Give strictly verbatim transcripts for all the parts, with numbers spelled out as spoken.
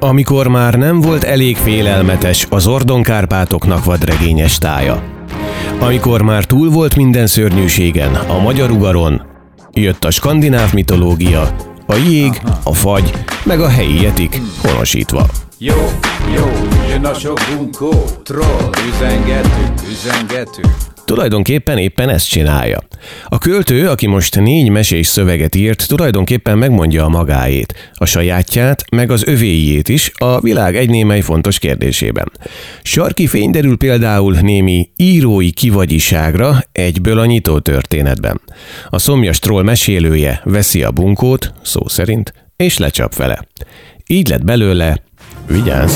Amikor már nem volt elég félelmetes az Ordon-Kárpátoknak vadregényes tája. Amikor már túl volt minden szörnyűségen, a magyar ugaron, jött a skandináv mitológia, a jég, a fagy, meg a helyi etik honosítva. Jó, jó, jön a sok bunkó, troll, üzengetünk, üzengetünk. Tulajdonképpen éppen ezt csinálja. A költő, aki most négy mesés szöveget írt, tulajdonképpen megmondja a magáét, a sajátját, meg az övéjét is a világ egy némely fontos kérdésében. Sarki fény derül például némi írói kivagyiságra egyből a nyitó történetben. A szomjas troll mesélője veszi a bunkót, szó szerint, és lecsap vele. Így lett belőle, vigyázz!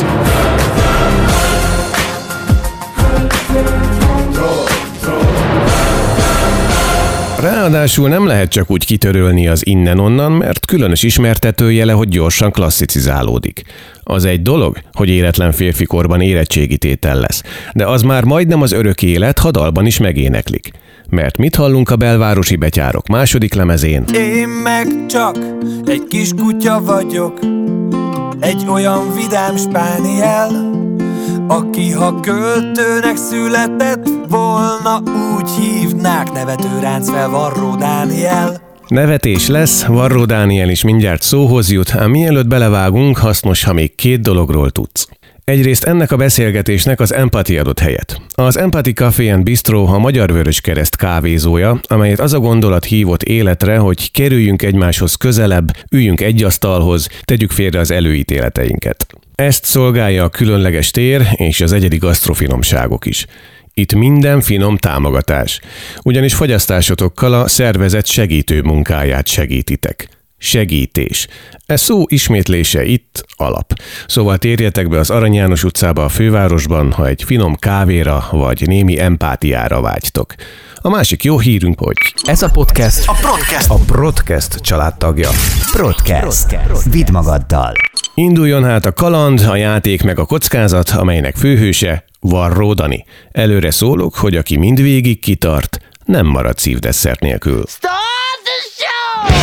Ráadásul nem lehet csak úgy kitörölni az innen-onnan, mert különös ismertetőjele, hogy gyorsan klasszicizálódik. Az egy dolog, hogy éretlen férfi korban érettségi tétel lesz, de az már majdnem az örök élet, ha dalban is megéneklik. Mert mit hallunk a belvárosi betyárok második lemezén? Én meg csak egy kis kutya vagyok, egy olyan vidám spániel, aki ha költőnek született volna, úgy hívnák, nevetőránc fel Varró Dániel. Nevetés lesz, Varró Dániel is mindjárt szóhoz jut, ám mielőtt belevágunk, hasznos, ha még két dologról tudsz. Egyrészt ennek a beszélgetésnek az Empathy adott helyet. Az Empathy Café and Bistro a Magyar Vöröskereszt kávézója, amelyet az a gondolat hívott életre, hogy kerüljünk egymáshoz közelebb, üljünk egy asztalhoz, tegyük félre az előítéleteinket. Ezt szolgálja a különleges tér és az egyedi gasztrofinomságok is. Itt minden finom támogatás, ugyanis fogyasztásotokkal a szervezet segítő munkáját segítitek. Segítés. Ez szó ismétlése itt alap. Szóval térjetek be az Arany János utcába a fővárosban, ha egy finom kávéra vagy némi empátiára vágytok. A másik jó hírünk, hogy ez a podcast a Prodcast, a Prodcast családtagja. Prodcast. Vidd magaddal. Induljon hát a kaland, a játék meg a kockázat, amelynek főhőse Varró Dani. Előre szólok, hogy aki mindvégig kitart, nem marad szívdesszert nélkül. Start the show!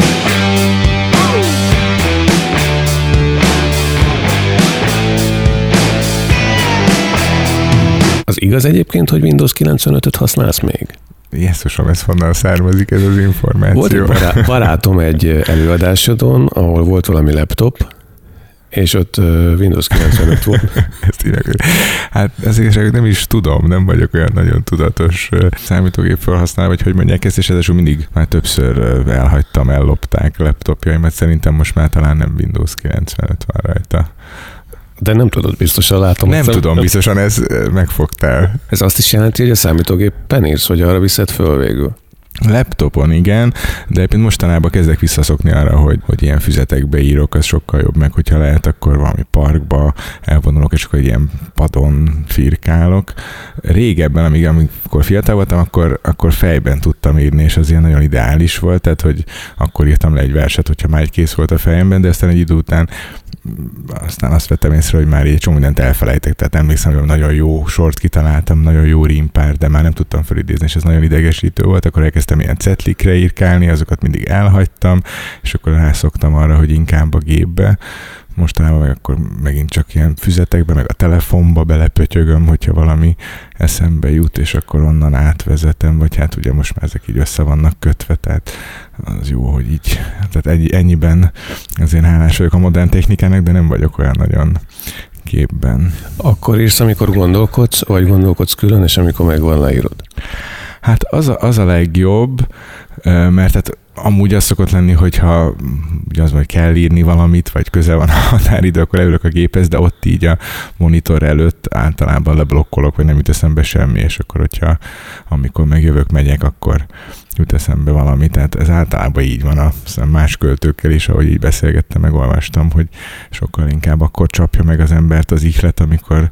Az igaz egyébként, hogy Windows kilencvenötöt használsz még? Jesszusom, ez honnan származik ez az információ? Volt egy bará- barátom egy előadásodon, ahol volt valami laptop, és ott Windows kilencvenöt volt. Ezt tényleg, hát az igazság, nem is tudom, nem vagyok olyan nagyon tudatos számítógép felhasználó, vagy hogy mondják ezt, és ezzel mindig már többször elhagytam, ellopták laptopjaimat, szerintem most már talán nem Windows kilencvenöt van rajta. De nem tudod biztosan, látom. Nem tudom, nem... biztosan ez megfogtál. Ez azt is jelenti, hogy a számítógépen írsz, hogy arra viszed föl végül? Laptopon igen, de éppen mostanában kezdek visszaszokni arra, hogy, hogy ilyen füzetekbe írok, az sokkal jobb, meg hogyha lehet, akkor valami parkba elvonulok, és akkor egy ilyen padon firkálok. Régebben, amíg, amikor fiatal voltam, akkor, akkor fejben tudtam írni, és az ilyen nagyon ideális volt, tehát hogy akkor írtam le egy verset, hogyha már egy kész volt a fejemben, de aztán egy idő után aztán azt vettem észre, hogy már egy csomó mindent elfelejtek, tehát emlékszem, hogy nagyon jó sort kitaláltam, nagyon jó rímpár, de már nem tudtam felidézni, és ez nagyon idegesítő volt, akkor elkezdtem ilyen cetlikre írkálni, azokat mindig elhagytam, és akkor rászoktam arra, hogy inkább a gépbe. Mostanában meg akkor megint csak ilyen füzetekbe, meg a telefonba belepötyögöm, hogyha valami eszembe jut, és akkor onnan átvezetem, vagy hát ugye most már ezek így össze vannak kötve, tehát az jó, hogy így, tehát ennyi, ennyiben azért hálás vagyok a modern technikának, de nem vagyok olyan nagyon képben. Akkor írsz, amikor gondolkodsz, vagy gondolkodsz külön, és amikor megvan, leírod? Hát az a, az a legjobb, mert hát amúgy az szokott lenni, hogyha ugye az, hogy kell írni valamit, vagy közel van a határidő, akkor leülök a géphez, de ott így a monitor előtt általában leblokkolok, vagy nem jut eszembe semmi, és akkor, hogyha amikor megjövök, megyek, akkor jut eszembe valami. Tehát ez általában így van a más költőkkel is, ahogy így beszélgettem, megolvastam, hogy sokkal inkább akkor csapja meg az embert az ihlet, amikor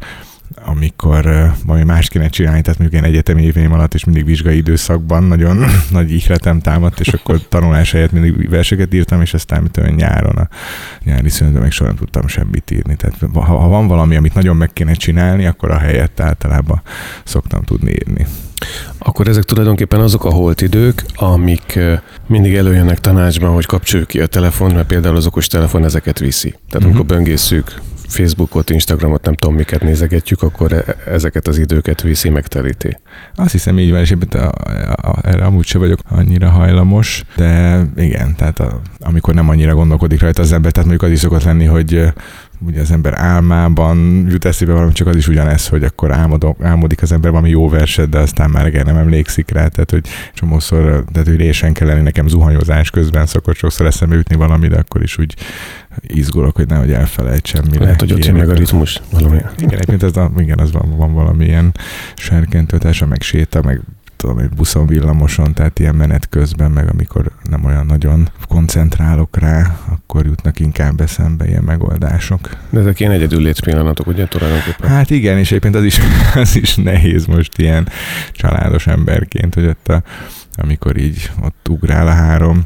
amikor uh, valami más kéne csinálni, tehát mondjuk én egyetemi éveim alatt is mindig vizsgai időszakban nagyon nagy ihletem támadt, és akkor tanulás helyett mindig verseket írtam, és aztán mit tudom, nyáron a nyári szünetben meg soha nem tudtam semmit írni. Tehát ha, ha van valami, amit nagyon meg kéne csinálni, akkor a helyett általában szoktam tudni írni. Akkor ezek tulajdonképpen azok a holtidők, amik mindig előjönnek tanácsban, hogy kapcsoljuk ki a telefont, mert például az okos telefon ezeket viszi. Tehát uh-huh. amikor böngészünk Facebookot, Instagramot, nem tudom miket nézegetjük, akkor ezeket az időket viszi, megteríti. Azt hiszem így van, és a, a, a, erre amúgy sem vagyok annyira hajlamos, de igen, tehát a, amikor nem annyira gondolkodik rajta az ember, tehát mondjuk az is szokott lenni, hogy ugye az ember álmában jut eszébe valami, csak az is ugyanez, hogy akkor álmodok, álmodik az ember valami jó verset, de aztán már reggel nem emlékszik rá, tehát hogy csomószor, tehát hogy résen kell lenni, nekem zuhanyozás közben szokott sokszor eszembe jutni valami, de akkor is úgy izgulok, hogy nehogy elfelejtsem. Lehet, hogy ott jön meg a ritmus valami. Igen, egyébként az, igen, az van, van valamilyen serkentőtása, meg séta, meg tudom, egy buszon, villamoson, tehát ilyen menet közben, meg amikor nem olyan nagyon koncentrálok rá, akkor jutnak inkább eszembe ilyen megoldások. De ezek ilyen egyedül létsz pillanatok, ugye tulajdonképpen? Hát igen, és egyébként az is, az is nehéz most ilyen családos emberként, hogy ott a, amikor így ott ugrál a három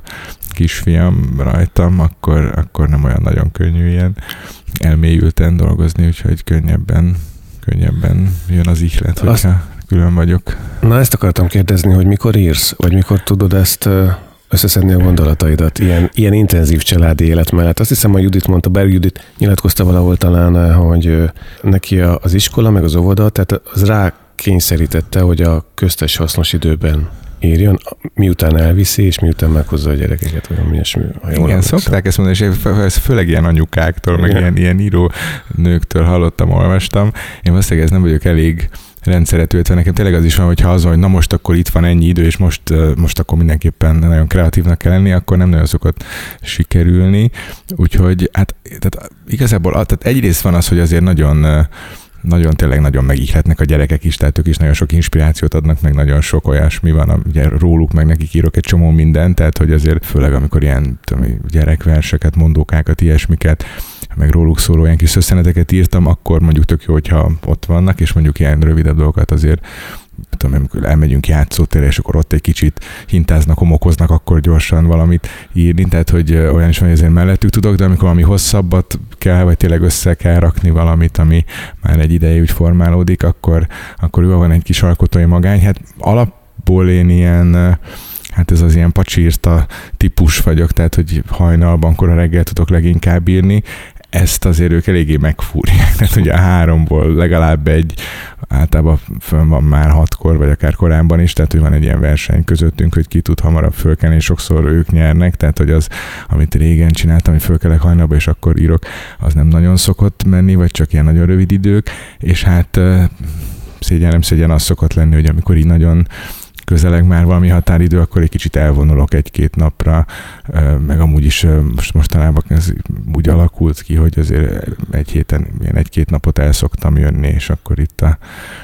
kisfiam rajtam, akkor, akkor nem olyan nagyon könnyű ilyen elmélyülten dolgozni, úgyhogy könnyebben, könnyebben jön az ihlet, hogyha Azt... külön vagyok. Na ezt akartam kérdezni, hogy mikor írsz, vagy mikor tudod ezt összeszedni a gondolataidat ilyen, ilyen intenzív családi élet mellett. Azt hiszem, a Judit mondta, Berg Judit nyilatkozta valahol talán, hogy neki az iskola, meg az óvoda, tehát az rá kényszerítette, hogy a köztes hasznos időben írjon, miután elviszi, és miután meghozza a gyerekeket, vagy valami ilyesmi. Igen, szokták ezt mondani, és ez főleg ilyen anyukáktól, igen, meg ilyen, ilyen író nőktől hallottam, olvastam. Én valószínűleg ez nem vagyok elég rendszeretű, illetve nekem tényleg az is van, hogyha az van, hogy na most akkor itt van ennyi idő, és most, most akkor mindenképpen nagyon kreatívnak kell lenni, akkor nem nagyon szokott sikerülni. Úgyhogy hát tehát igazából tehát egyrészt van az, hogy azért nagyon nagyon tényleg nagyon megihletnek a gyerekek is, tehát ők is nagyon sok inspirációt adnak, meg nagyon sok olyasmi van, ugye róluk, meg nekik írok egy csomó mindent, tehát hogy azért főleg amikor ilyen tudom, gyerekverseket, mondókákat, ilyesmiket, meg róluk szóló ilyen kis szösszeneteket írtam, akkor mondjuk tök jó, hogyha ott vannak, és mondjuk ilyen rövidebb dolgokat azért tudom, amikor elmegyünk játszótérre, és akkor ott egy kicsit hintáznak, homokoznak, akkor gyorsan valamit írni, tehát hogy olyan is van, hogy azért mellettük tudok, de amikor valami hosszabbat kell, vagy tényleg össze kell rakni valamit, ami már egy ideje úgy formálódik, akkor, akkor jó, van egy kis alkotói magány. Hát alapból én ilyen, hát ez az ilyen pacsírta típus vagyok, tehát hogy hajnalban, kora reggel tudok leginkább írni. Ezt azért ők eléggé megfúrják. Tehát ugye a háromból legalább egy, általában fönn van már hatkor, vagy akár korábban is, tehát hogy van egy ilyen verseny közöttünk, hogy ki tud hamarabb fölkelni, és sokszor ők nyernek, tehát hogy az, amit régen csináltam, hogy fölkelek hajnalba, és akkor írok, az nem nagyon szokott menni, vagy csak ilyen nagyon rövid idők, és hát szégyen nem szégyen az szokott lenni, hogy amikor így nagyon közeleg már valami határidő, akkor egy kicsit elvonulok egy-két napra, meg amúgy is most mostanában ez úgy alakult ki, hogy azért egy héten, ilyen egy-két napot el szoktam jönni, és akkor itt a,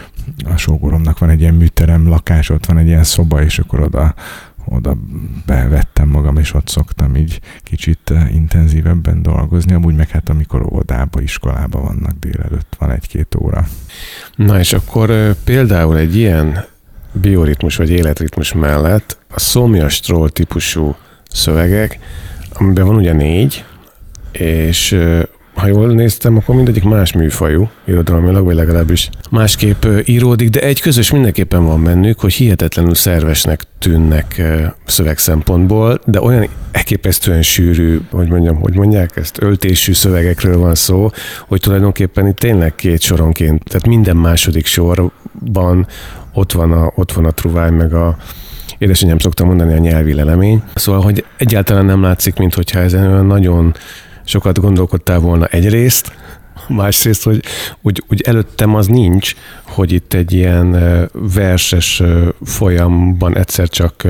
a sógoromnak van egy ilyen műterem lakás, ott van egy ilyen szoba, és akkor oda, oda bevettem magam, és ott szoktam így kicsit intenzívebben dolgozni, amúgy meg hát amikor óvodába, iskolába vannak délelőtt, van egy-két óra. Na és akkor például egy ilyen bioritmus vagy életritmus mellett a szomjas-troll típusú szövegek, amiben van ugye négy, és ha jól néztem, akkor mindegyik más műfajú irodalmilag, vagy legalábbis másképp íródik, de egy közös mindenképpen van bennük, hogy hihetetlenül szervesnek tűnnek szöveg szempontból, de olyan elképesztően sűrű, hogy mondjam, hogy mondják ezt, öltésű szövegekről van szó, hogy tulajdonképpen itt tényleg két soronként, tehát minden második sorban ott van a, ott van a truváj, meg a édesanyám szokta mondani, a nyelvi lelemény. Szóval, hogy egyáltalán nem látszik, minthogyha ezen olyan nagyon sokat gondolkodtál volna egyrészt, másrészt, hogy úgy, úgy előttem az nincs, hogy itt egy ilyen verses folyamban egyszer csak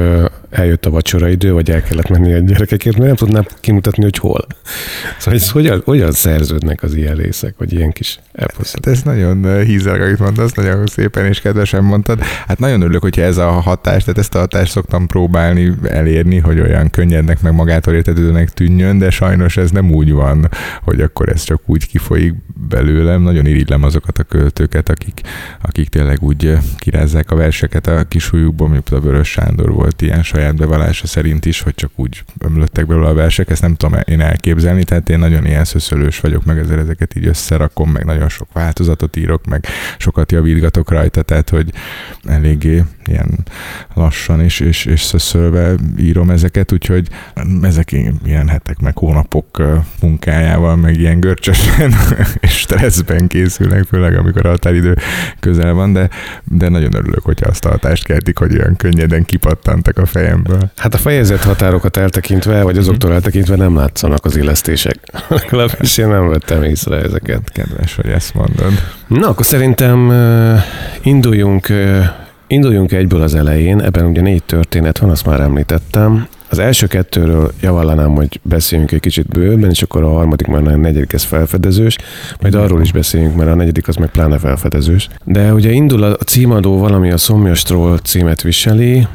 eljött a vacsora idő, vagy el kellett menni a gyerekekért, mert nem tudnám kimutatni, hogy hol. Szóval ez hogyan, hogyan szerződnek az ilyen részek, vagy ilyen kis eposzok? Hát ez nagyon hízelg, amit mondasz, nagyon szépen és kedvesen mondtad. Hát nagyon örülök, hogyha ez a hatás, tehát ezt a hatást szoktam próbálni elérni, hogy olyan könnyednek, meg magától értetődőnek tűnjön, de sajnos ez nem úgy van, hogy akkor ez csak úgy kifolyik belőlem. Nagyon irigylem azokat a költőket, akik, akik tényleg úgy kirázzák a verseket a kisújukból, mint a Vörös Sándor volt ilyen saját bevallása szerint is, hogy csak úgy ömlöttek belőle a versek, ezt nem tudom én elképzelni, tehát én nagyon ilyen szöszölős vagyok, meg ezért ezeket így összerakom, meg nagyon sok változatot írok, meg sokat javítgatok rajta, tehát hogy eléggé ilyen lassan és, és, és szöszölve írom ezeket, úgyhogy ezek ilyen hetek, meg hónapok munkájával, meg ilyen görcsösen és stresszben készülnek, főleg amikor a határidő közel van, de, de nagyon örülök, hogyha azt a hatást keltik, hogy olyan könnyeden kipattantak a fejemből. Hát a fejezett határokat eltekintve, vagy azoktól eltekintve nem látszanak az illesztések. Legalábbis én nem vettem észre ezeket. Kedves, hogy ezt mondod. Na, akkor szerintem uh, induljunk, uh, induljunk egyből az elején. Ebben ugye négy történet van, azt már említettem. Az első kettőről javallanám, hogy beszéljünk egy kicsit bővebben, és akkor a harmadik, már a negyedik ez felfedezős, majd arról is beszéljünk, mert a negyedik az meg pláne felfedezős. De ugye indul a címadó valami a Szomjas Troll címet viseli,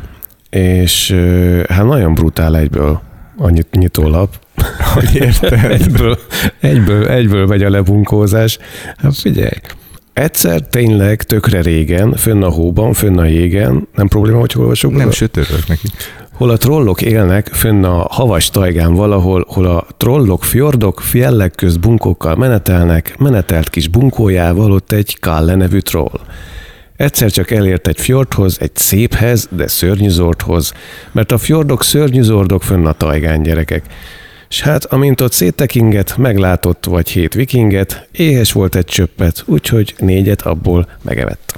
és hát nagyon brutál egyből a nyitólap. Hogy érted? egyből, egyből, egyből megy a lebunkózás. Hát figyelj, egyszer tényleg tökre régen, fönn a hóban, fönn a jégen, nem probléma, hogy olvasok? Nem sötörök neki. Hol a trollok élnek fönn a havas tajgán valahol, hol a trollok fjordok, fjellek közt bunkókkal menetelnek, menetelt kis bunkójával ott egy Kalle nevű troll. Egyszer csak elért egy fjordhoz, egy széphez, de szörnyűzordhoz, mert a fjordok szörnyűzordok fönn a tajgán, gyerekek. S hát, amint ott széttekingett, meglátott vagy hét vikinget, éhes volt egy csöppet, úgyhogy négyet abból megevett.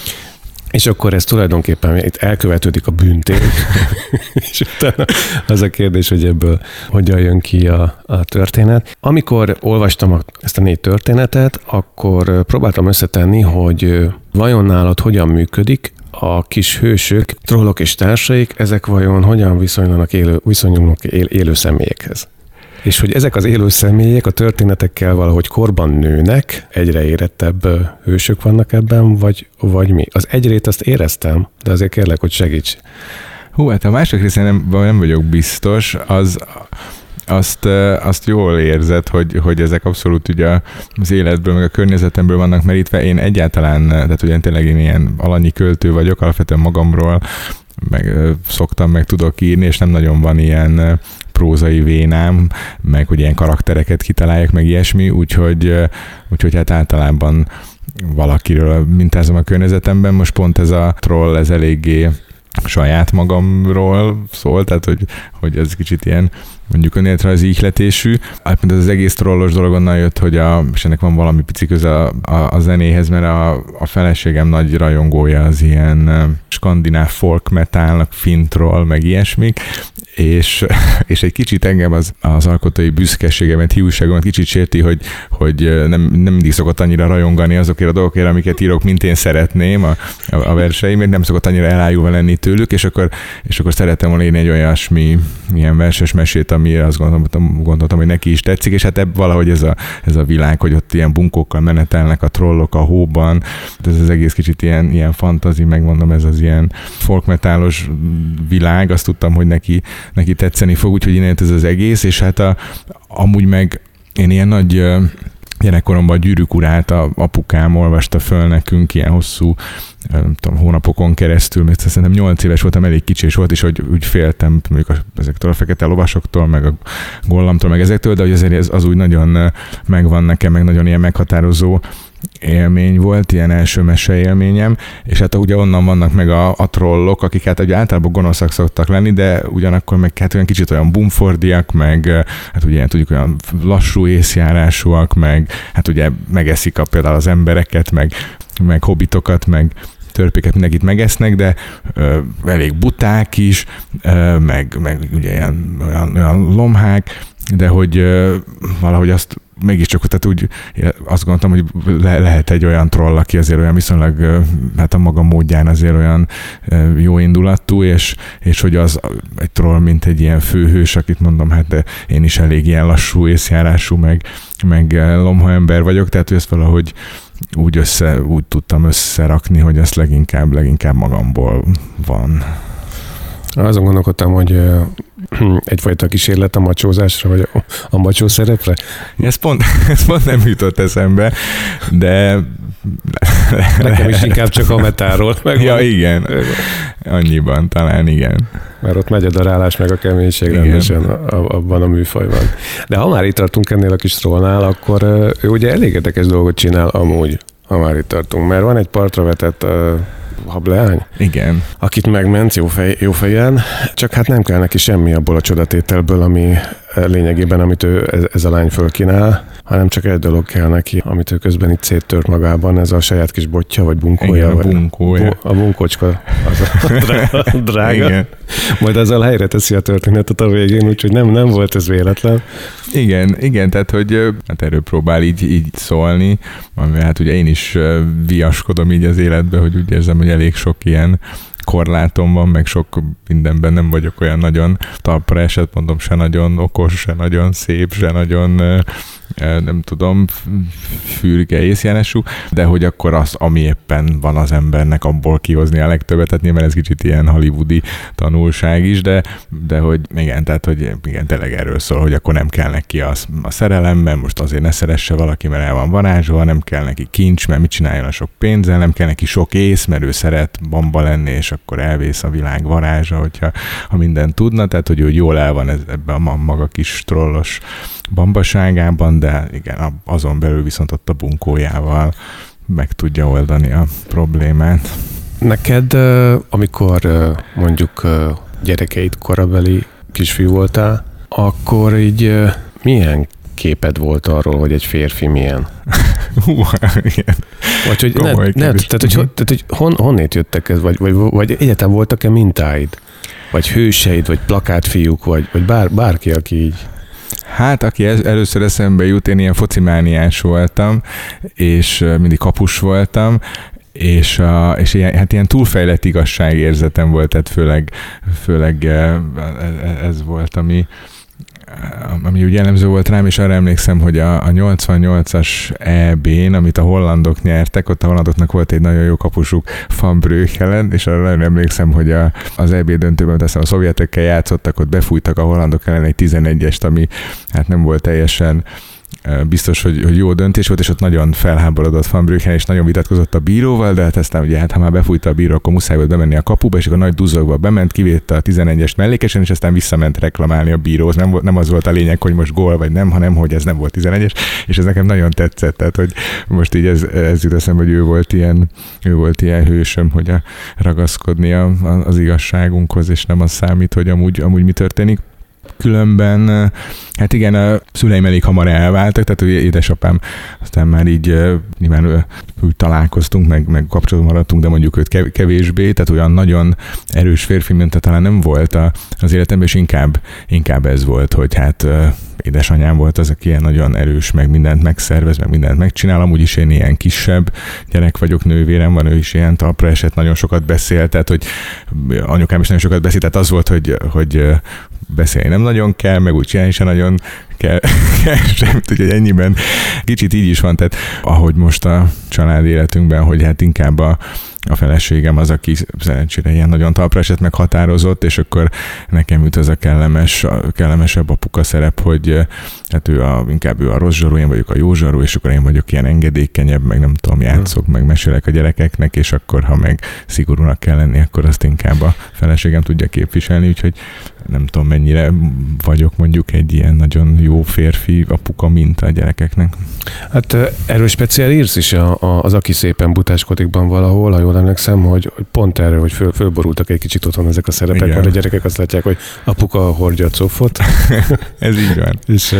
És akkor ez tulajdonképpen itt elkövetődik a bűntény. És utána az a kérdés, hogy ebből hogyan jön ki a, a történet. Amikor olvastam a, ezt a négy történetet, akkor próbáltam összetenni, hogy vajon nálad hogyan működik a kis hősök, trollok és társaik, ezek vajon hogyan viszonyulnak élő, viszonyulnak él, élő személyekhez. És hogy ezek az élő személyek a történetekkel valahogy korban nőnek, egyre érettebb hősök vannak ebben, vagy, vagy mi? Az egyrét azt éreztem, de azért kérlek, hogy segíts. Hú, hát a másik részén nem, nem vagyok biztos, az... Azt, azt jól érzed, hogy, hogy ezek abszolút ugye az életből, meg a környezetemből vannak merítve. Én egyáltalán, tehát ugye tényleg én ilyen alanyi költő vagyok, alapvetően magamról, meg szoktam, meg tudok írni, és nem nagyon van ilyen prózai vénám, meg hogy ilyen karaktereket kitaláljak, meg ilyesmi, úgyhogy, úgyhogy hát általában valakiről mintázom a környezetemben. Most pont ez a troll, ez eléggé saját magamról szól, tehát hogy, hogy ez kicsit ilyen mondjuk önéletrajzi ihletésű. Hát mint az egész trollos dolog onnan jött, hogy a, és ennek van valami pici köze a, a, a zenéhez, mert a, a feleségem nagy rajongója az ilyen skandináv folk metalnak, finn troll, meg ilyesmik, és, és egy kicsit engem az, az alkotói büszkeségemet, hiúságomat kicsit sérti, hogy, hogy nem, nem mindig szokott annyira rajongani azokért a dolgokért, amiket írok, mint én szeretném a, a, a verseimért, nem szokott annyira elájulva lenni tőlük, és akkor, és akkor szeretem volna írni egy olyasmi ilyen verses mesét, amire azt gondoltam, gondoltam, hogy neki is tetszik, és hát ebb valahogy ez a, ez a világ, hogy ott ilyen bunkókkal menetelnek a trollok a hóban, ez az egész kicsit ilyen, ilyen fantazi, megmondom, ez az ilyen folkmetálos világ, azt tudtam, hogy neki, neki tetszeni fog, úgyhogy innen ez az egész, és hát a, amúgy meg én ilyen nagy gyerekkoromban a Gyűrűk urát a apukám olvasta föl nekünk ilyen hosszú, nem tudom, hónapokon keresztül, mert szerintem nyolc éves voltam, elég kicsi és volt, és hogy úgy féltem mondjuk ezektől a fekete lovasoktól, meg a Gollamtól, meg ezektől, de hogy azért ez az úgy nagyon megvan nekem, meg nagyon ilyen meghatározó élmény volt, ilyen első mese élményem, és hát ugye onnan vannak meg a, a trollok, akik hát ugye általában gonoszak szoktak lenni, de ugyanakkor meg hát olyan kicsit olyan bumfordiak, meg hát ugye tudjuk olyan lassú észjárásúak, meg hát ugye megeszik a, például az embereket, meg, meg hobbitokat, meg törpéket, mindenkit megesznek, de ö, elég buták is, ö, meg, meg ugye ilyen, olyan, olyan lomhák, de hogy ö, valahogy azt mégiscsak tehát úgy azt gondoltam, hogy le, lehet egy olyan troll, aki azért olyan viszonylag, hát a maga módján azért olyan jó indulatú, és, és hogy az egy troll, mint egy ilyen főhős, akit mondom, hát én is elég ilyen lassú, észjárású, meg, meg lomha ember vagyok, tehát hogy ezt valahogy úgy, össze, úgy tudtam összerakni, hogy ezt leginkább, leginkább magamból van. Azon gondolkodtam, hogy egyfajta kísérlet a macsózásra, vagy a macsó szerepre? Ez pont, ez pont nem jutott eszembe, de... Nekem is inkább csak a metáról. Meg ja, igen. Annyiban talán, igen. Mert ott megy a darálás, meg a keménység igen. Rendesen abban a műfajban. De ha már itt tartunk ennél a kis trollnál, akkor ő ugye elég érdekes dolgot csinál amúgy, ha már itt tartunk. Mert van egy partra vetett uh, hableány, igen. akit megment jó, fej, jó fejen, csak hát nem kell neki semmi abból a csodatételből, ami lényegében, amit ő, ez, ez a lány fölkínál, hanem csak egy dolog kell neki, amit ő közben itt széttört magában, ez a saját kis botja, vagy bunkója. Igen, a bunkója. Bu, a bunkocska, az a drága. Igen. Majd ezzel helyre teszi a történetet a végén, úgyhogy nem, nem volt ez véletlen. Igen, igen, tehát hogy hát erről próbál így, így szólni, ami hát ugye én is viaskodom így az életbe, hogy úgy érzem, hogy elég sok ilyen korlátom van, meg sok mindenben nem vagyok olyan nagyon talpra esett, mondom, se nagyon okos, se nagyon szép, se nagyon nem tudom, fürge észjárású, de hogy akkor az, ami éppen van az embernek, abból kihozni a legtöbbet, tehát nyilván ez kicsit ilyen hollywoodi tanulság is, de, de hogy igen, tehát hogy igen, tényleg erről szól, hogy akkor nem kell neki a, a szerelemben, most azért ne szeresse valaki, mert el van varázsolva, nem kell neki kincs, mert mit csináljon a sok pénzzel, nem kell neki sok ész, mert ő szeret bamba lenni, és akkor elvész a világ varázsa, hogyha ha minden tudna, tehát hogy ő jól el van ez, ebben a maga kis trollos bambaságában, de igen, azon belül viszont ott a bunkójával meg tudja oldani a problémát. Neked, amikor mondjuk gyerekeid korabeli kisfiú voltál, akkor így milyen képed volt arról, hogy egy férfi milyen? Igen. Vagy hogy, ne, ne, tehát, hogy, tehát, hogy hon, honnét jöttek ez, vagy, vagy, vagy egyáltalán voltak-e mintáid? Vagy hőseid, vagy plakátfiúk, vagy, vagy bár, bárki, aki így... Hát, aki először eszembe jut, én ilyen focimániás voltam, és mindig kapus voltam, és, a, és ilyen, hát ilyen túlfejlett igazságérzetem volt, tehát főleg, főleg ez volt, ami, ami úgy jellemző volt rám, és arra emlékszem, hogy a, a nyolcvannyolcas é bén, amit a hollandok nyertek, ott a hollandoknak volt egy nagyon jó kapusuk, Van Breukelen, és arra nagyon emlékszem, hogy a, az é bé döntőben, aztán a szovjetekkel játszottak, ott befújtak a hollandok ellen egy tizenegyest, ami hát nem volt teljesen biztos, hogy, hogy jó döntés volt, és ott nagyon felháborodott Van Breukelen, és nagyon vitatkozott a bíróval, de hát aztán ugye, hát ha már befújta a bíró, akkor muszáj volt bemenni a kapuba, és akkor nagy duzzogva bement, kivédte a tizenegyest mellékesen, és aztán visszament reklamálni a bíróhoz. Nem, nem az volt a lényeg, hogy most gól vagy nem, hanem hogy ez nem volt tizenegyes, és ez nekem nagyon tetszett, tehát hogy most így ez, ez jut eszembe, hogy ő volt ilyen, ő volt ilyen hősöm, hogy a, ragaszkodni a, a, az igazságunkhoz, és nem az számít, hogy amúgy, amúgy mi történik. Különben, hát igen, a szüleim elég hamar elváltak, tehát ugye édesapám aztán már így nyilván úgy találkoztunk, meg, meg kapcsolatban maradtunk, de mondjuk őt kevésbé, tehát olyan nagyon erős férfi minta talán nem volt az életemben, és inkább, inkább ez volt, hogy hát édesanyám volt az, aki ilyen nagyon erős, meg mindent megszervez, meg mindent megcsinál, amúgy is én ilyen kisebb gyerek vagyok, nővérem van, ő is ilyen talpra esett, nagyon sokat beszélt, tehát hogy anyukám is nagyon sokat beszélt, tehát az volt, hogy, hogy beszélni nem nagyon kell, meg úgy csinálni sem nagyon kell, semmit, úgyhogy ennyiben kicsit így is van, tehát ahogy most a család életünkben, hogy hát inkább a, a feleségem az, aki szerencsére ilyen nagyon talpra esett, meg határozott, és akkor nekem jut az a kellemes, a kellemesebb apuka szerep, hogy hát ő a, inkább ő a rossz zsaru, én vagyok a jó zsaru, és akkor én vagyok ilyen engedékenyebb, meg nem tudom, játszok, meg mesélek a gyerekeknek, és akkor, ha meg szigorúnak kell lenni, akkor azt inkább a feleségem tudja képviselni, úgyhogy nem tudom, mennyire vagyok mondjuk egy ilyen nagyon jó férfi apuka minta a gyerekeknek. Hát erről speciál írsz is a, a, az Aki szépen butáskodikban valahol, ha jól emlékszem, hogy, hogy pont erről, hogy föl, fölborultak egy kicsit otthon ezek a szerepek, igen. Mert a gyerekek azt látják, hogy apuka hordja a cofot. Ez így van. És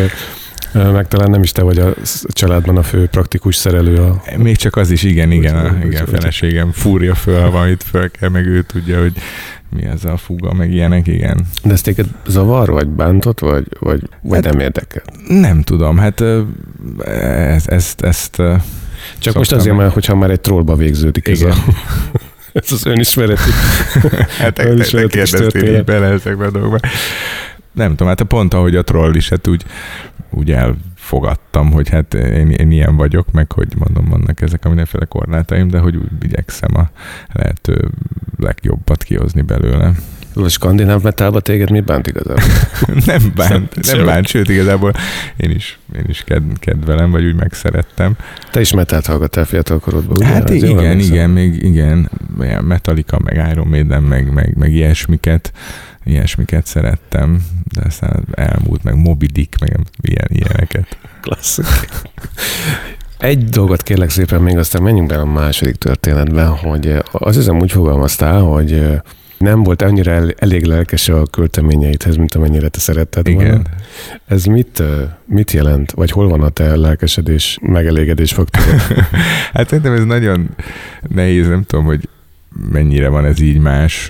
meg talán nem is te vagy a családban a fő praktikus szerelő. A... Még csak az is, igen, igen, a, igen, a feleségem fúrja föl, ha valamit föl kell, meg ő tudja, hogy mi ez a fuga, meg ilyenek, igen. De ez téged zavar, vagy bántott, vagy, vagy, vagy hát, nem érdekel? Nem tudom, hát ezt... ezt, ezt Csak most azért, mert hogyha már egy trollba végződik ez, a, ez az önismereti hát te, te, te kérdeztél így bele ezekbe a dolgokba. Nem tudom, hát pont ahogy a troll is, hát úgy, úgy elfogadtam, hogy hát én, én ilyen vagyok, meg hogy mondom, vannak ezek a mindenféle korlátaim, de hogy úgy igyekszem a lehető legjobbat kihozni belőle. A skandináv metálba téged mi bánt igazából? nem bánt, nem bánt, sőt igazából én is, én is ked, kedvelem, vagy úgy megszerettem. Te is metált hallgattál fiatal korodban, ugye? Hát igen, igen, igen, még igen, Metallica, meg Iron Maiden, meg, meg, meg ilyesmiket, ilyesmiket szerettem, de aztán elmúlt, meg Moby Dick, meg ilyen, ilyeneket. Klasszik. Egy dolgot kérlek szépen még, aztán menjünk bele a második történetben, hogy azt hiszem úgy fogalmaztál, hogy nem volt annyira elég lelkes a költeményeidhez, mint amennyire te szeretted volna. Igen. Ez mit, mit jelent? Vagy hol van a te lelkesedés, megelégedés faktor? Hát szerintem ez nagyon nehéz, nem tudom, hogy mennyire van ez így más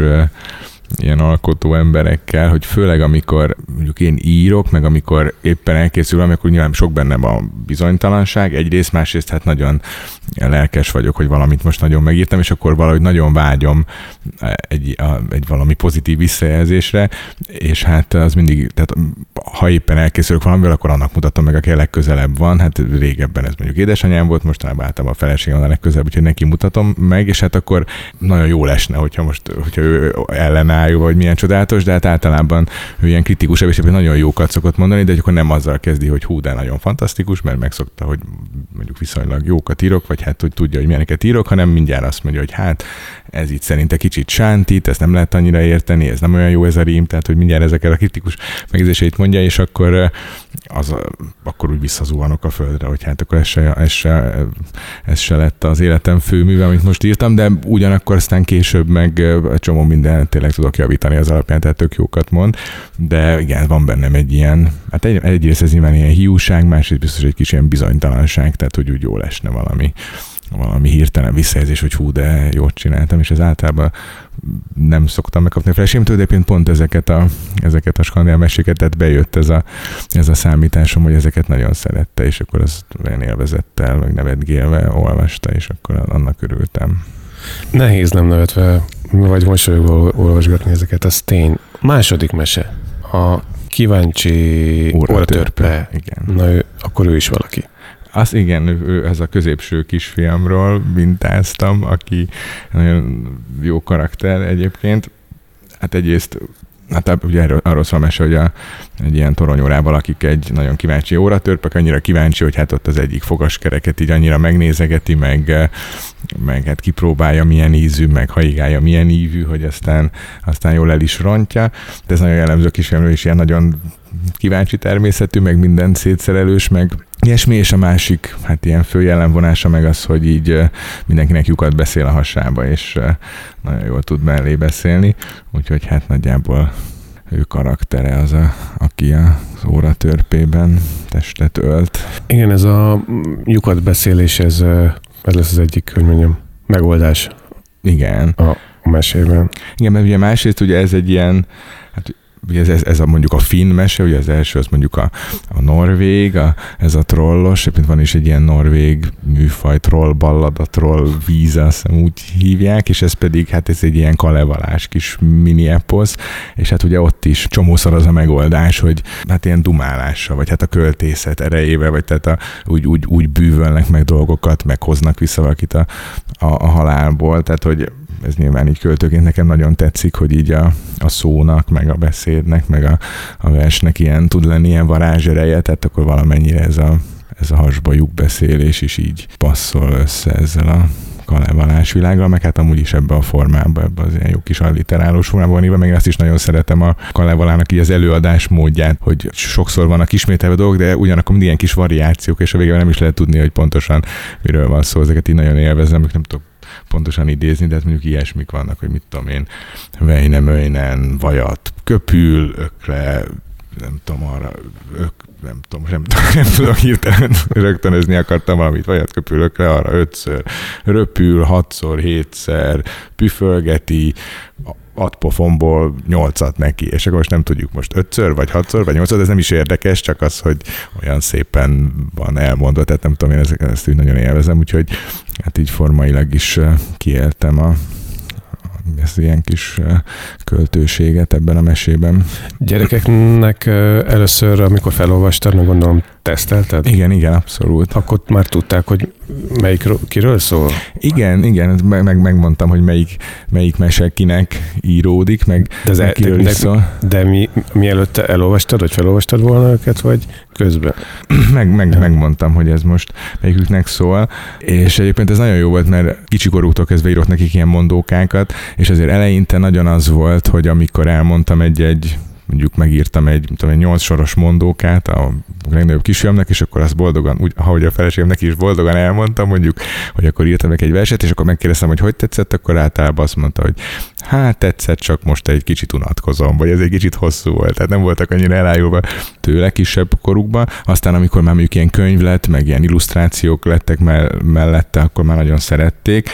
ilyen alkotó emberekkel, hogy főleg amikor mondjuk én írok, meg amikor éppen elkészül, amikor nyilván sok bennem a bizonytalanság, egyrészt, másrészt hát nagyon lelkes vagyok, hogy valamit most nagyon megírtam, és akkor valahogy nagyon vágyom egy, egy valami pozitív visszajelzésre, és hát az mindig, tehát ha éppen elkészülök valamivel, akkor annak mutatom meg, aki a legközelebb van, hát régebben ez mondjuk édesanyám volt, mostanában általában a feleségem a legközelebb, úgyhogy neki mutatom meg, és hát akkor nagyon jó lesne, hogyha most, hogyha ő ellenáll, vagy milyen csodálatos, de hát általában ő ilyen kritikusabb, és nagyon jókat szokott mondani, de akkor nem azzal kezdi, hogy hú, de nagyon fantasztikus, mert megszokta, hogy mondjuk viszonylag jókat írok, vagy hát, hogy tudja, hogy milyeneket írok, hanem mindjárt azt mondja, hogy hát ez itt szerinte kicsit sántít, ezt nem lehet annyira érteni, ez nem olyan jó ez a rím, tehát hogy mindjárt ezekkel a kritikus megjegyzéseit mondja, és akkor, az, akkor úgy visszazuhanok a földre, hogy hát akkor ez se, ez, se, ez se lett az életem főműve, amit most írtam, de ugyanakkor aztán később meg egy csomó minden tényleg tudok javítani az alapján, tehát tök jókat mond, de igen, van bennem egy ilyen, hát egy, egyrészt ez nyilván ilyen hiúság, másrészt biztos egy kis ilyen bizonytalanság, tehát hogy úgy jól esne valami, valami hirtelen visszajelzés, hogy hú, de jót csináltam, és ez általában nem szoktam megkapni a feleségemtől, de pont ezeket a, ezeket a skandináv meséket, tehát bejött ez a, ez a számításom, hogy ezeket nagyon szerette, és akkor azt olyan élvezettel, meg nevetgélve olvasta, és akkor annak örültem. Nehéz nem nevetve, vagy mosolyogva olvasgatni ezeket, az tény. Második mese. A kíváncsi óratörpe. Igen. Na ő, akkor ő is valaki. Az igen, ő, ez a középső kisfiamról mintáztam, aki nagyon jó karakter egyébként. Hát egyrészt, hát ugye erről, arról szól mese, hogy a, egy ilyen toronyórával, akik egy nagyon kíváncsi óratörpek, annyira kíváncsi, hogy hát ott az egyik fogaskereket így annyira megnézegeti, meg, meg hát kipróbálja milyen ízű, meg haigálja milyen ívű, hogy aztán, aztán jól el is rontja. De ez nagyon jellemző a kisfiamról is, ilyen nagyon kíváncsi természetű, meg minden szétszerelős, meg ilyesmi, és a másik, hát ilyen fő jellemvonása meg az, hogy így mindenkinek lyukat beszél a hasába, és nagyon jól tud mellé beszélni, úgyhogy hát nagyjából ő karaktere az, a, aki az óratörpében testet ölt. Igen, ez a lyukat beszélés, ez, ez lesz az egyik, hogy mondjam, megoldás. Igen. A mesében. Igen, mert ugye másrészt ugye ez egy ilyen, hát ugye ez, ez, ez a, mondjuk a finn mese, ugye az első az mondjuk a, a norvég, a, ez a trollos, egyébként van is egy ilyen norvég műfaj, troll ballad, a troll víz, azt hiszem úgy hívják, és ez pedig, hát ez egy ilyen kalevalás kis mini eposz, és hát ugye ott is csomószor az a megoldás, hogy hát ilyen dumálással, vagy hát a költészet erejével, vagy tehát a, úgy, úgy, úgy bűvölnek meg dolgokat, meg hoznak vissza valakit a, a, a halálból, tehát hogy ez nyilván így költőként nekem nagyon tetszik, hogy így a, a szónak, meg a beszédnek, meg a, a versnek ilyen tud lenni ilyen varázsereje, tehát akkor valamennyire ez a, ez a hasba lyukbeszélés is így passzol össze ezzel a kalevalás világgal, meg hát amúgy is ebbe a formában, ebbe az ilyen jó kis alliterálós formában van írva, meg azt is nagyon szeretem a kalevalának így az előadás módját, hogy sokszor vannak ismételve dolgok, de ugyanakkor mindig ilyen kis variációk, és a végén nem is lehet tudni, hogy pontosan miről van szó, ezeket így nagyon élvezem, nem tudok pontosan idézni, de hát mondjuk ilyesmik vannak, hogy mit tudom én, vejne, möjnen, vajat, köpül, ökre, nem tudom, arra, ök, nem tudom, nem, nem tudok hirtelen rögtönözni akartam valamit, vajat, köpül, ökre, arra ötször, röpül, hatszor, hétszer, püfölgeti, ad pofonból nyolcat neki, és akkor most nem tudjuk most ötször, vagy hatszor, vagy nyolcszor, ez nem is érdekes, csak az, hogy olyan szépen van elmondva, tehát nem tudom, én ezt, ezt így nagyon élvezem, úgyhogy hát így formailag is kiéltem a ezt ilyen kis költőséget ebben a mesében. Gyerekeknek először, amikor felolvastad, meg gondolom tesztelted? Igen, igen, abszolút. Akkor már tudták, hogy melyik, kiről szól? Igen, igen, meg, meg, megmondtam, hogy melyik, melyik mese kinek íródik, meg, de az meg kiről de, is szól. De mi, mielőtt elolvastad, vagy felolvastad volna őket, vagy közben? Meg, meg, megmondtam, hogy ez most melyiküknek szól, és egyébként ez nagyon jó volt, mert kicsikorútól kezdve írott nekik ilyen mondókákat, és azért eleinte nagyon az volt, hogy amikor elmondtam egy-egy, mondjuk megírtam egy, tudom, egy nyolc soros mondókát a legnagyobb kisfiamnak, és akkor azt boldogan, úgy, ahogy a feleségemnek is boldogan elmondtam, mondjuk, hogy akkor írtam meg egy verset, és akkor megkérdeztem, hogy hogy tetszett, akkor általában azt mondta, hogy hát tetszett, csak most egy kicsit unatkozom, vagy ez egy kicsit hosszú volt, tehát nem voltak annyira elájulva tőle kisebb korukban. Aztán amikor már mondjuk ilyen könyv lett, meg ilyen illusztrációk lettek mellette, akkor már nagyon szerették.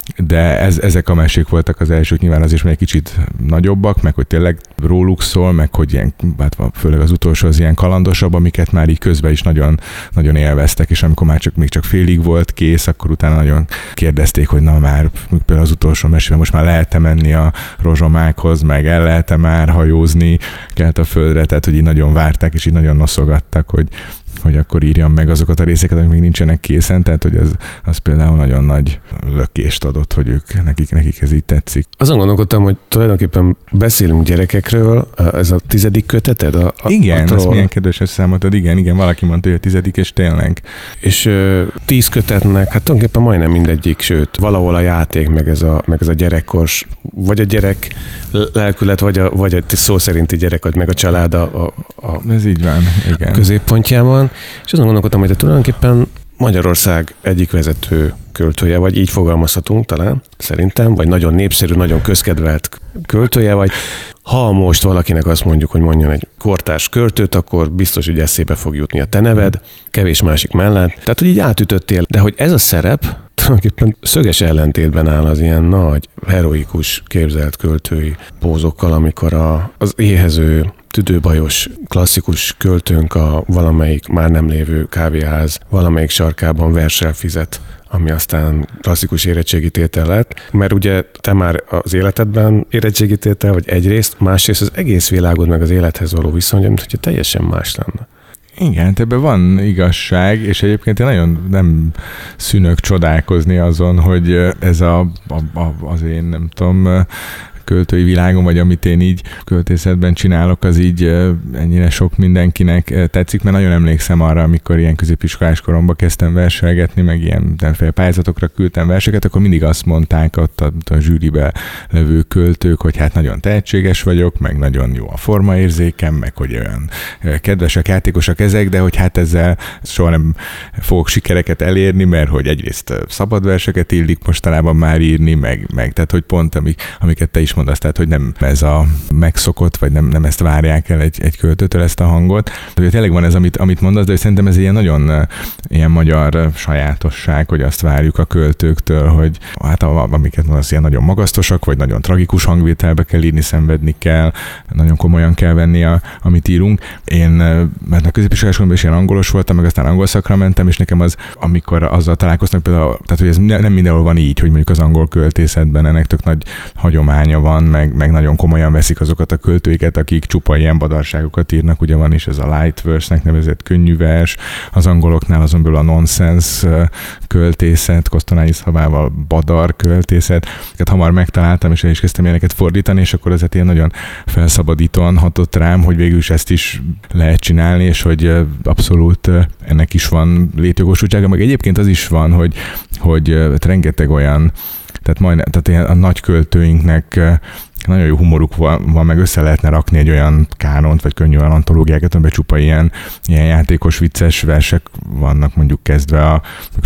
De ez, ezek a mesék voltak az elsők, nyilván azért még egy kicsit nagyobbak, meg hogy tényleg róluk szól, meg hogy ilyen, hát főleg az utolsó az ilyen kalandosabb, amiket már így közben is nagyon, nagyon élveztek, és amikor már csak, még csak félig volt kész, akkor utána nagyon kérdezték, hogy na már például az utolsó mesében most már lehet-e menni a rozsomákhoz, meg el lehet-e már hajózni kelt a földre, tehát hogy így nagyon várták, és így nagyon noszogattak, hogy hogy akkor írjam meg azokat a részeket, amik még nincsenek készen, tehát hogy ez, az például nagyon nagy lökést adott, hogy ők, nekik, nekik ez így tetszik. Azon gondolkodtam, hogy tulajdonképpen beszélünk gyerekekről, ez a tizedik köteted? A, a, igen, azt milyen kedves összeszámoltad, igen, igen, valaki mondta, hogy a tizedik, és tényleg. És ö, tíz kötetnek, hát tulajdonképpen majdnem mindegyik, sőt, valahol a játék, meg ez a, meg ez a gyerekkors, vagy a gyerek lelkület, vagy a, vagy a szó szerinti gyerek, meg a család a, a, a ez így van, igen. középpontjában. És azon gondolkodtam, hogy te tulajdonképpen Magyarország egyik vezető költője vagy, így fogalmazhatunk talán, szerintem, vagy nagyon népszerű, nagyon közkedvelt költője vagy. Ha most valakinek azt mondjuk, hogy mondjon egy kortárs költőt, akkor biztos, hogy eszébe fog jutni a te neved, kevés másik mellett. Tehát, hogy így átütöttél, de hogy ez a szerep tulajdonképpen szöges ellentétben áll az ilyen nagy, heroikus, képzelt költői pózokkal, amikor a, az éhező, tüdőbajos, klasszikus költőnk a valamelyik már nem lévő kávéház valamelyik sarkában verssel fizet, ami aztán klasszikus érettségítétel lett, mert ugye te már az életedben érettségítétel vagy egyrészt, másrészt az egész világod meg az élethez való viszony, mint hogyha teljesen más lenne. Igen, ebben van igazság, és egyébként én nagyon nem szűnök csodálkozni azon, hogy ez a, a, a, az én, nem tudom, költői világom, vagy amit én így költészetben csinálok, az így ennyire sok mindenkinek tetszik, mert nagyon emlékszem arra, amikor ilyen középiskolás koromban kezdtem verselgetni, meg ilyen mindenféle pályázatokra küldtem verseket, akkor mindig azt mondták ott a, a zsűribe levő költők, hogy hát nagyon tehetséges vagyok, meg nagyon jó a formaérzékem, meg hogy olyan kedvesek, játékosak ezek, de hogy hát ezzel soha nem fogok sikereket elérni, mert hogy egyrészt szabad verseket illik mostanában már írni, meg, meg tehát hogy pont amik, amiket te is mondasz, tehát hogy nem ez a megszokott, vagy nem, nem ezt várják el egy, egy költőtől, ezt a hangot. De tényleg van ez, amit, amit mondasz, de szerintem ez ilyen nagyon ilyen magyar sajátosság, hogy azt várjuk a költőktől, hogy hát amiket mondasz, ilyen nagyon magasztosak, vagy nagyon tragikus hangvételbe kell írni, szenvedni kell, nagyon komolyan kell venni, a, amit írunk. Én, mert a középiskolásomban is ilyen angolos voltam, meg aztán angol szakra mentem, és nekem az, amikor azzal találkoztam, például, tehát hogy ez nem mindenhol van így, hogy mondjuk az angol költészetben ennek tök nagy hagyománya van, meg, meg nagyon komolyan veszik azokat a költőiket, akik csupa ilyen badarságokat írnak, ugye van is ez a light verse-nek nevezett könnyű vers, az angoloknál azon belül a nonsense költészet, Kosztolányi szavával badar költészet, ezeket hamar megtaláltam, és el is kezdtem ilyeneket fordítani, és akkor ezért ilyen nagyon felszabadítóan hatott rám, hogy végül is ezt is lehet csinálni, és hogy abszolút ennek is van létjogosultsága, meg egyébként az is van, hogy, hogy rengeteg olyan, tehát majdnem, tehát a nagy költőinknek nagyon jó humoruk van, van, meg össze lehetne rakni egy olyan kánont, vagy könnyű olyan antológiákat, amiben csupa ilyen, ilyen játékos, vicces versek vannak, mondjuk kezdve a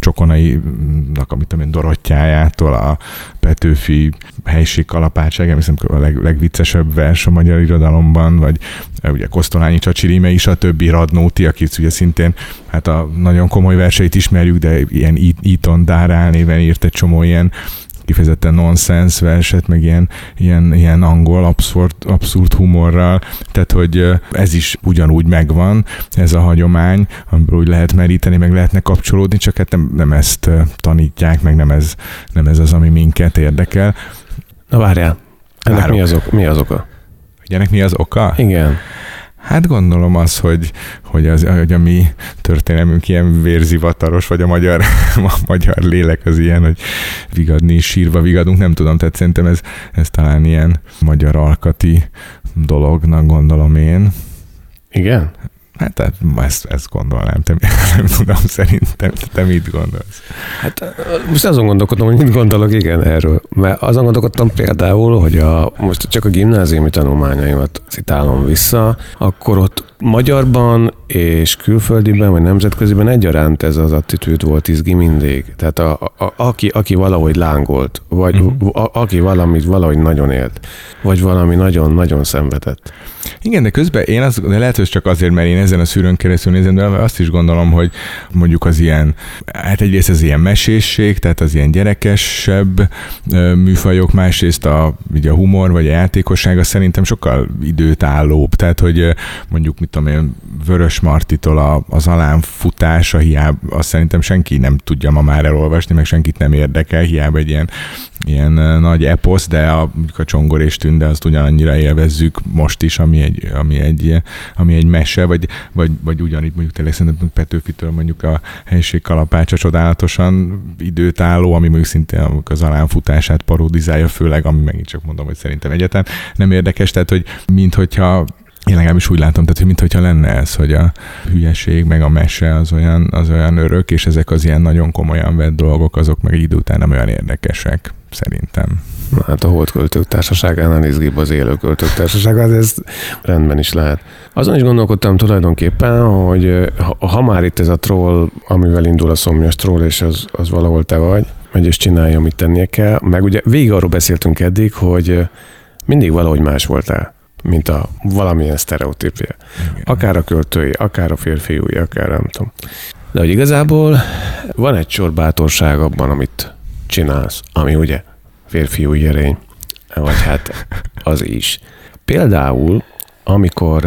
Csokonainak, amit tudom én, Dorottyájától, a Petőfi helység kalapátság, hiszem a leg, legviccesebb vers a magyar irodalomban, vagy ugye Kosztolányi Csacsi rímei, stb. Radnóti, akit ugye szintén hát a nagyon komoly verseit ismerjük, de ilyen Eton Dárál néven írt egy csomó ilyen kifejezetten nonsense verset, meg ilyen, ilyen, ilyen angol abszurd, abszurd humorral, tehát hogy ez is ugyanúgy megvan, ez a hagyomány, amiből úgy lehet meríteni, meg lehetne kapcsolódni, csak hát nem, nem ezt tanítják, meg nem ez, nem ez az, ami minket érdekel. Na várjál, ennek mi az, oka? mi az oka? Hogy ennek mi az oka? Igen. Hát gondolom az, hogy, hogy, az, hogy a mi történelmünk ilyen vérzivataros, vagy a magyar, a magyar lélek az ilyen, hogy vigadni, sírva vigadunk, nem tudom, tehát szerintem ez, ez talán ilyen magyar alkati dolognak gondolom én. Igen? Hát ezt, ezt gondolnám, te nem tudom, szerintem, te mit gondolsz? Hát most azon gondolkodom, hogy mit gondolok, igen, erről. Mert azon gondolkodtam például, hogy a, most csak a gimnáziumi tanulmányaimat citálom vissza, akkor ott magyarban és külföldiben, vagy nemzetköziben egyaránt ez az attitűd volt izgi mindig. Tehát a, a, aki, aki valahogy lángolt, vagy uh-huh. a, aki valamit valahogy nagyon élt, vagy valami nagyon-nagyon szenvedett. Igen, de közben én az, de lehet, hogy csak azért, mert én ezen a szűrőn keresztül nézem, de azt is gondolom, hogy mondjuk az ilyen, hát egyrészt az ilyen mesésség, tehát az ilyen gyerekesebb műfajok, másrészt a, ugye a humor vagy a játékosság, az szerintem sokkal időtállóbb. Tehát, hogy mondjuk, mit tudom én, Vörös Martitól a, az Alán futása, hiába, azt szerintem senki nem tudja ma már elolvasni, meg senkit nem érdekel, hiába egy ilyen, ilyen nagy eposz, de a, a Csongor és Tünde azt ugyanannyira élvezzük most is, ami egy, ami egy, ami egy mese, vagy, vagy, vagy ugyanígy mondjuk tényleg szerintem Petőfitől mondjuk a Helység kalapácsa csodálatosan időtálló, ami mondjuk szintén az Alán futását parodizálja, főleg, ami megint csak mondom, hogy szerintem egyáltalán nem érdekes, tehát hogy minthogyha én legalábbis úgy látom, tehát, hogy mintha lenne ez, hogy a hülyeség, meg a mese az olyan, az olyan örök, és ezek az ilyen nagyon komolyan vett dolgok, azok meg egy idő után nem olyan érdekesek, szerintem. Na, hát a Holdköltők Társaságánál izgibb az Élő Költők Társasága, ez rendben is lehet. Azon is gondolkodtam tulajdonképpen, hogy ha, ha már itt ez a troll, amivel indul a szomjas troll, és az, az valahol te vagy, megy és csinálja, amit tennie kell, meg ugye végig arról beszéltünk eddig, hogy mindig valahogy más voltál, mint a valamilyen sztereotípia. Akár a költői, akár a férfiúi, akár nem tudom. De hogy igazából van egy sor bátorság abban, amit csinálsz, ami ugye férfiúi erény, vagy hát az is. Például, amikor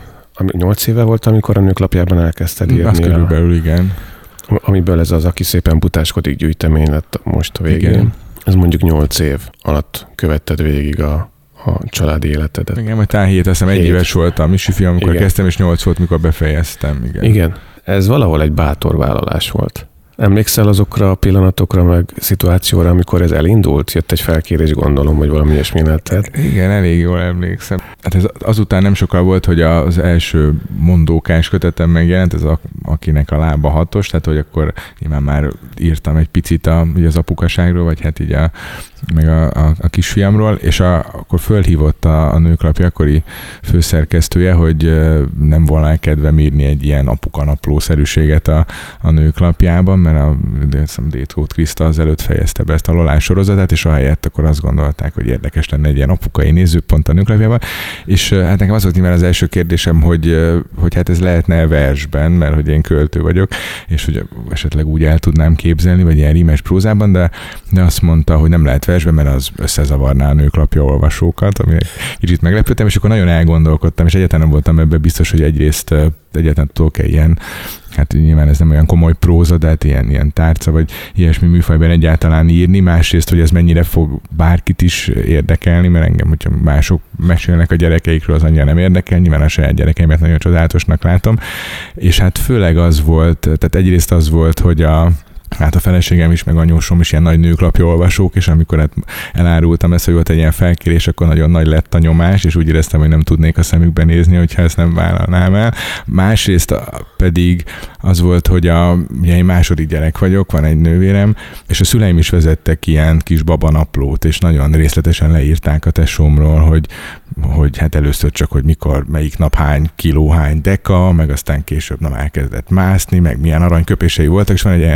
nyolc éve volt, amikor a Nőklapjában elkezdted írni. Azt körülbelül, igen. Amiből ez az Aki szépen butáskodik gyűjtemény lett most a végén. Igen. Ez mondjuk nyolc év alatt követted végig a a családi életedet. Igen, majd talán hét, azt hiszem egy éves voltam, Misi fiam, amikor igen. kezdtem, és nyolc volt, mikor befejeztem. Igen. Igen. Ez valahol egy bátor vállalás volt. Emlékszel azokra a pillanatokra, meg szituációra, amikor ez elindult? Jött egy felkérés, gondolom, hogy valami ilyesmi lettet. Igen, elég jól emlékszem. Hát ez azután nem sokkal volt, hogy az első mondókás kötetem megjelent, ez a, akinek a lába hatos, tehát hogy akkor nyilván már írtam egy picit a, ugye az apukaságról, vagy hát így a meg a, a, a kisfiamról, és a, akkor fölhívott a, a Nőklapja akkori főszerkesztője, hogy nem volna kedvem írni egy ilyen apukanaplószerűséget a, a Nőklapjában, mert a Détót Kriszta az előtt fejezte be ezt a Lolás sorozatát, és ahelyett akkor azt gondolták, hogy érdekes lenne egy ilyen apukai nézőpont a Nőklapjában, és hát nekem az volt nyilván az első kérdésem, hogy, hogy hát ez lehetne versben, mert hogy én költő vagyok, és hogy esetleg úgy el tudnám képzelni, vagy ilyen rímes prózában, de, de azt mondta, hogy nem lehet versben, mert az összezavarná a Nőklapja olvasókat, ami kicsit meglepődtem, és akkor nagyon elgondolkodtam, és egyáltalán nem voltam ebben biztos, hogy egyrészt egyáltalán tudok-e ilyen, hát nyilván ez nem olyan komoly próza, de hát ilyen, ilyen tárca, vagy ilyesmi műfajban egyáltalán írni, másrészt, hogy ez mennyire fog bárkit is érdekelni, mert engem, hogyha mások mesélnek a gyerekeikről, az annyira nem érdekel, nyilván a saját gyerekeimet nagyon csodálatosnak látom, és hát főleg az volt, tehát egyrészt az volt, hogy a hát a feleségem is, meg anyósom is ilyen nagy Nőklapja olvasók, és amikor hát elárultam ezt, hogy volt egy ilyen felkérés, akkor nagyon nagy lett a nyomás, és úgy éreztem, hogy nem tudnék a szemükbe nézni, hogyha ezt nem vállalnám el. Másrészt pedig az volt, hogy a, ugye én második gyerek vagyok, van egy nővérem, és a szüleim is vezettek ilyen kis babanaplót, és nagyon részletesen leírták a tesómról, hogy, hogy hát először csak, hogy mikor, melyik nap hány kiló, hány deka, meg aztán később nem elkezdett mászni, meg milyen aranyköpései voltak, és van egy viszonylag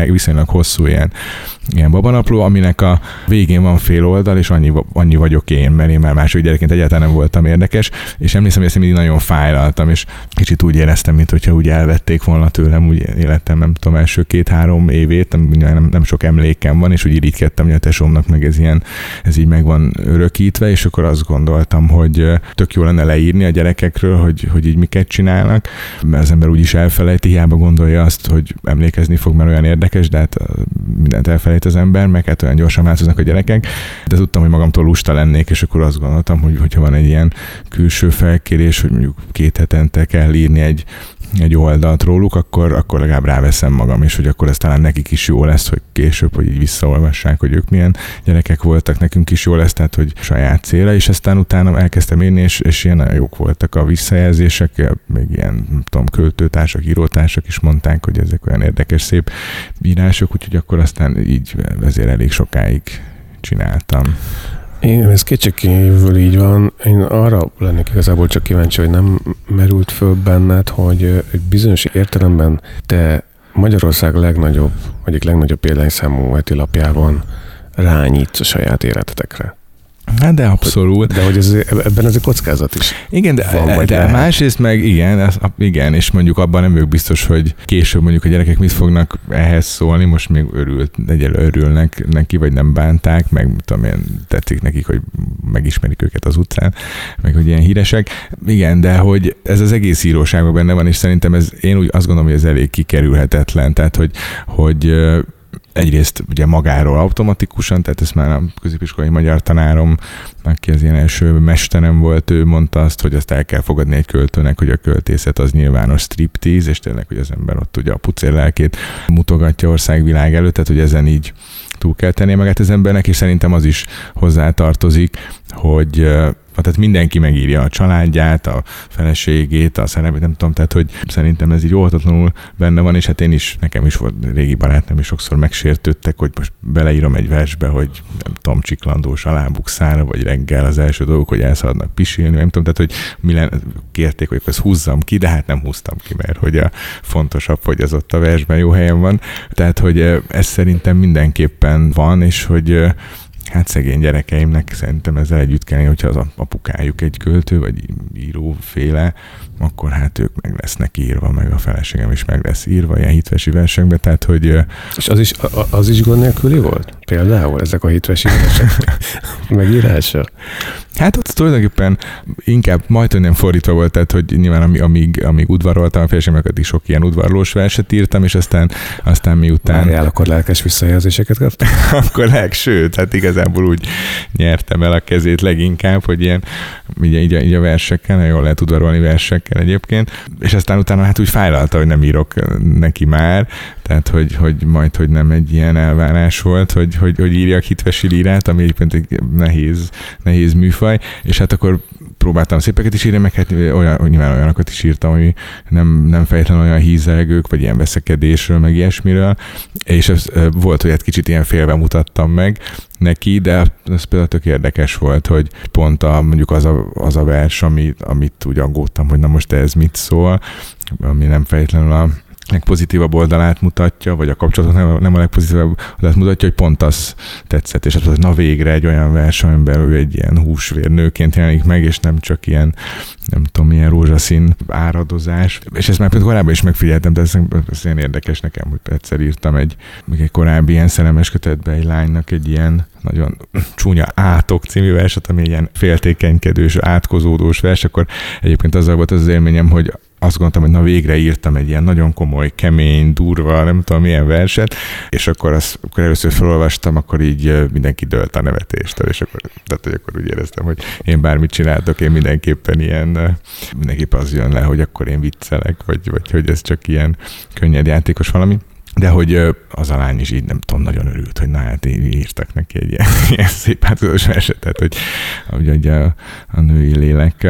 viszonylag hosszú ilyen, ilyen babanapló, aminek a végén van fél oldal, és annyi, annyi vagyok én, mert én már második gyerekként egyáltalán nem voltam érdekes, és emlékszem, hogy ezt mindig nagyon fájlaltam, és kicsit úgy éreztem, mintha úgy elvették volna tőlem, úgy életem, nem tudom, első két-három évét, nem, nem, nem sok emlékem van, és úgy irigykedtem, hogy a tesómnak meg ez ilyen, ez így meg van örökítve, és akkor azt gondoltam, hogy tök jó lenne leírni a gyerekekről, hogy, hogy így miket csinálnak, mert az ember úgyis elfelejti, hiába gondolja azt, hogy emlékezni fog, mert olyan érdekes, de hát mindent elfelejt az ember, meg hát olyan gyorsan változnak a gyerekek, de tudtam, hogy magamtól lusta lennék, és akkor azt gondoltam, hogy hogyha van egy ilyen külső felkérés, hogy mondjuk két hetente kell írni egy egy oldalt róluk, akkor, akkor legalább ráveszem magam, és hogy akkor ez talán nekik is jó lesz, hogy később, hogy így visszaolvassák, hogy ők milyen gyerekek voltak, nekünk is jó lesz, tehát hogy saját célra, és aztán utána elkezdtem írni, és, és ilyen nagyon jók voltak a visszajelzések, még ilyen, nem tudom, költőtársak, írótársak is mondták, hogy ezek olyan érdekes, szép írások, úgyhogy akkor aztán így ezért elég sokáig csináltam. Én, ez kétségkívül így van. Én arra lennék igazából csak kíváncsi, hogy nem merült föl benned, hogy egy bizonyos értelemben te Magyarország legnagyobb, egyik legnagyobb példányszámú heti lapjában rányítsz a saját életetekre. Hát de abszolút. De hogy ez, ebben ez a kockázat is igen, de, van, de másrészt meg igen, ez, igen, és mondjuk abban nem vagyok biztos, hogy később mondjuk a gyerekek mit fognak ehhez szólni, most még örült, egyelőre örülnek neki, vagy nem bánták, meg tudom én, tetszik nekik, hogy megismerik őket az utcán, meg hogy ilyen híresek. Igen, de hogy ez az egész íróságban benne van, és szerintem ez, én úgy azt gondolom, hogy ez elég kikerülhetetlen, tehát hogy, hogy egyrészt ugye magáról automatikusan, tehát ezt már a középiskolai magyar tanárom, aki az ilyen első mesterem volt, ő mondta azt, hogy azt el kell fogadni egy költőnek, hogy a költészet az nyilvános striptease, és tényleg, hogy az ember ott ugye a pucérlelkét mutogatja országvilág előtt, tehát hogy ezen így túl kell tennie magát az embernek, és szerintem az is hozzátartozik, hogy tehát mindenki megírja a családját, a feleségét, a szerelmét, nem tudom, tehát hogy szerintem ez így óhatatlanul benne van, és hát én is, nekem is volt régi barátnőm, és sokszor megsértődtek, hogy most beleírom egy versbe, hogy nem tudom, csiklandós alábukszára, vagy reggel az első dolgok, hogy elszaladnak pisilni, nem tudom, tehát hogy mi lenne, kérték, hogy ezt húzzam ki, de hát nem húztam ki, mert hogy a fontosabb, hogy az ott a versben jó helyen van. Tehát, hogy ez szerintem mindenképpen van, és hogy hát szegény gyerekeimnek szerintem ezzel együtt kell, hogyha az apukájuk egy költő, vagy íróféle, akkor hát ők meg lesznek írva, meg a feleségem is meg lesz írva ilyen hitvesi versekbe, tehát hogy... És az is, az is gond nélküli volt? Például ezek a hitvesi versek megírása? Hát ott tulajdonképpen inkább majd nem fordítva volt, tehát hogy nyilván amíg, amíg udvaroltam, a feleségemnek is sok ilyen udvarlós verset írtam, és aztán, aztán miután... Várjál, akkor lelkes visszajelzéseket kaptam? Akkor leg, sőt, hát igazából úgy nyertem el a kezét leginkább, hogy ilyen így, így, így a versekkel, nagyon jól lehet udvarolni versekkel egyébként, és aztán utána hát úgy fájlalta, hogy nem írok neki már, tehát hogy, hogy majd, hogy nem egy ilyen elvárás volt, hogy, hogy, hogy írjak hitvesi lírát, ami egyébként egy nehéz, nehéz műfaj, és hát akkor próbáltam szépeket is írni, meg hát olyan, nyilván olyanokat is írtam, ami nem, nem fejtelen olyan hízelgők, vagy ilyen veszekedésről, meg ilyesmiről, és ez volt, hogy hát kicsit ilyen félve mutattam meg neki, de ez például tök érdekes volt, hogy pont a, mondjuk az a, az a vers, amit, amit úgy aggódtam, hogy na most ez mit szól, ami nem fejtlenül a legpozitívabb oldalát mutatja, vagy a kapcsolatot nem a legpozitívabb oldalát mutatja, hogy pont az tetszett, és az, hogy na végre egy olyan vers, amiben ő egy ilyen húsvérnőként jelenik meg, és nem csak ilyen, nem tudom, ilyen rózsaszín áradozás. És ezt már például korábban is megfigyeltem, de ez, ez ilyen érdekes nekem, hogy egyszer írtam egy, még egy korábbi ilyen szerelmes kötetbe egy lánynak egy ilyen nagyon csúnya Átok című verset, ami ilyen féltékenykedős, átkozódós vers, akkor egyébként azzal volt az, az élményem, hogy azt gondoltam, hogy na végre írtam egy ilyen nagyon komoly, kemény, durva, nem tudom milyen verset, és akkor, azt, akkor először felolvastam, akkor így mindenki dölt a nevetéstől, és akkor, tehát, hogy akkor úgy éreztem, hogy én bármit csináltok, én mindenképpen ilyen, mindenképpen az jön le, hogy akkor én viccelek, vagy, vagy hogy ez csak ilyen könnyed játékos valami. De hogy az a lány is így, nem tudom, nagyon örült, hogy na hát írtak neki egy ilyen, ilyen szép átkozós verset, tehát hogy, hogy ugye a, a női lélek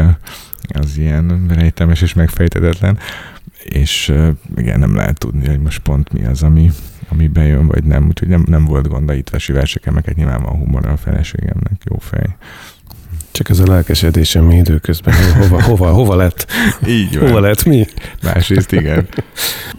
az ilyen rejtelmes és megfejtetetlen, és igen, nem lehet tudni, hogy most pont mi az, ami, ami bejön, vagy nem, úgyhogy nem, nem volt gond a hitvesi verseken, meg nyilván van humor a feleségemnek, jó fej. Csak ez a lelkesedésem mi időközben, hova, hova, hova lett? Így van. Hova lett mi? Másrészt igen.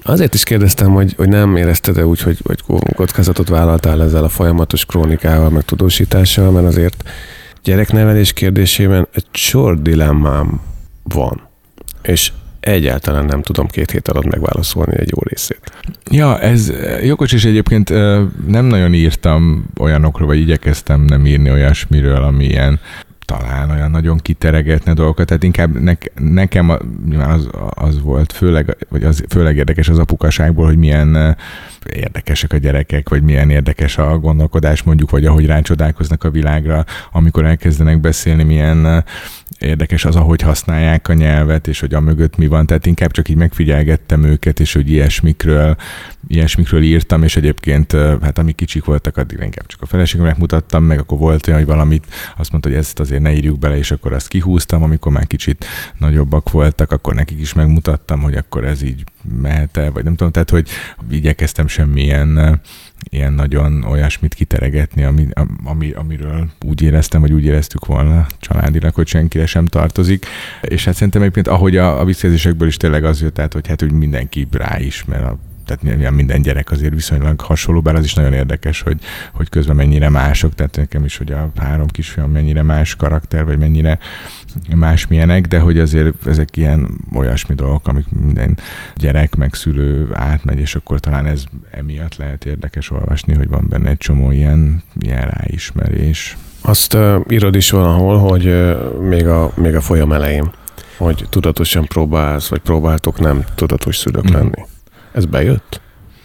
Azért is kérdeztem, hogy, hogy nem érezted-e úgy, hogy, hogy kockázatot vállaltál ezzel a folyamatos krónikával, meg tudósítással, mert azért gyereknevelés kérdésében egy sor dilemmám van, és egyáltalán nem tudom két hét alatt megválaszolni egy jó részét. Ja, ez jogos, és egyébként nem nagyon írtam olyanokról, vagy igyekeztem nem írni olyasmiről, ami ilyen talán olyan nagyon kiteregetne dolgokat, tehát inkább ne, nekem az, az volt főleg, vagy az főleg érdekes az apukaságból, hogy milyen érdekesek a gyerekek, vagy milyen érdekes a gondolkodás mondjuk, vagy ahogy rácsodálkoznak a világra, amikor elkezdenek beszélni, milyen érdekes az, ahogy használják a nyelvet, és hogy a mögött mi van, tehát inkább csak így megfigyelgettem őket, és hogy ilyesmikről, ilyesmikről írtam, és egyébként, hát amik kicsik voltak, addig inkább csak a feleségemnek mutattam meg, akkor volt olyan, hogy valamit azt mondta, hogy ezt azért ne írjuk bele, és akkor azt kihúztam, amikor már kicsit nagyobbak voltak, akkor nekik is megmutattam, hogy akkor ez így mehet-e, vagy nem tudom, tehát hogy igyekeztem semmilyen ilyen nagyon olyasmit kiteregetni, ami, ami, amiről úgy éreztem, vagy úgy éreztük volna családilag, hogy senkire sem tartozik. És hát szerintem egyébként, ahogy a, a visszajelzésekből is tényleg az jött át, hogy hát hogy mindenki ráismer a tehát minden gyerek azért viszonylag hasonló, bár az is nagyon érdekes, hogy, hogy közben mennyire mások, tehát nekem is, hogy a három kisfiam mennyire más karakter, vagy mennyire más milyenek, de hogy azért ezek ilyen olyasmi dolgok, amik minden gyerek meg szülő átmegy, és akkor talán ez emiatt lehet érdekes olvasni, hogy van benne egy csomó ilyen, ilyen ráismerés. Azt uh, írod is valahol, hogy uh, még, a, még a folyam elején, hogy tudatosan próbálsz, vagy próbáltok nem tudatos szülők mm. lenni. Ez bejött?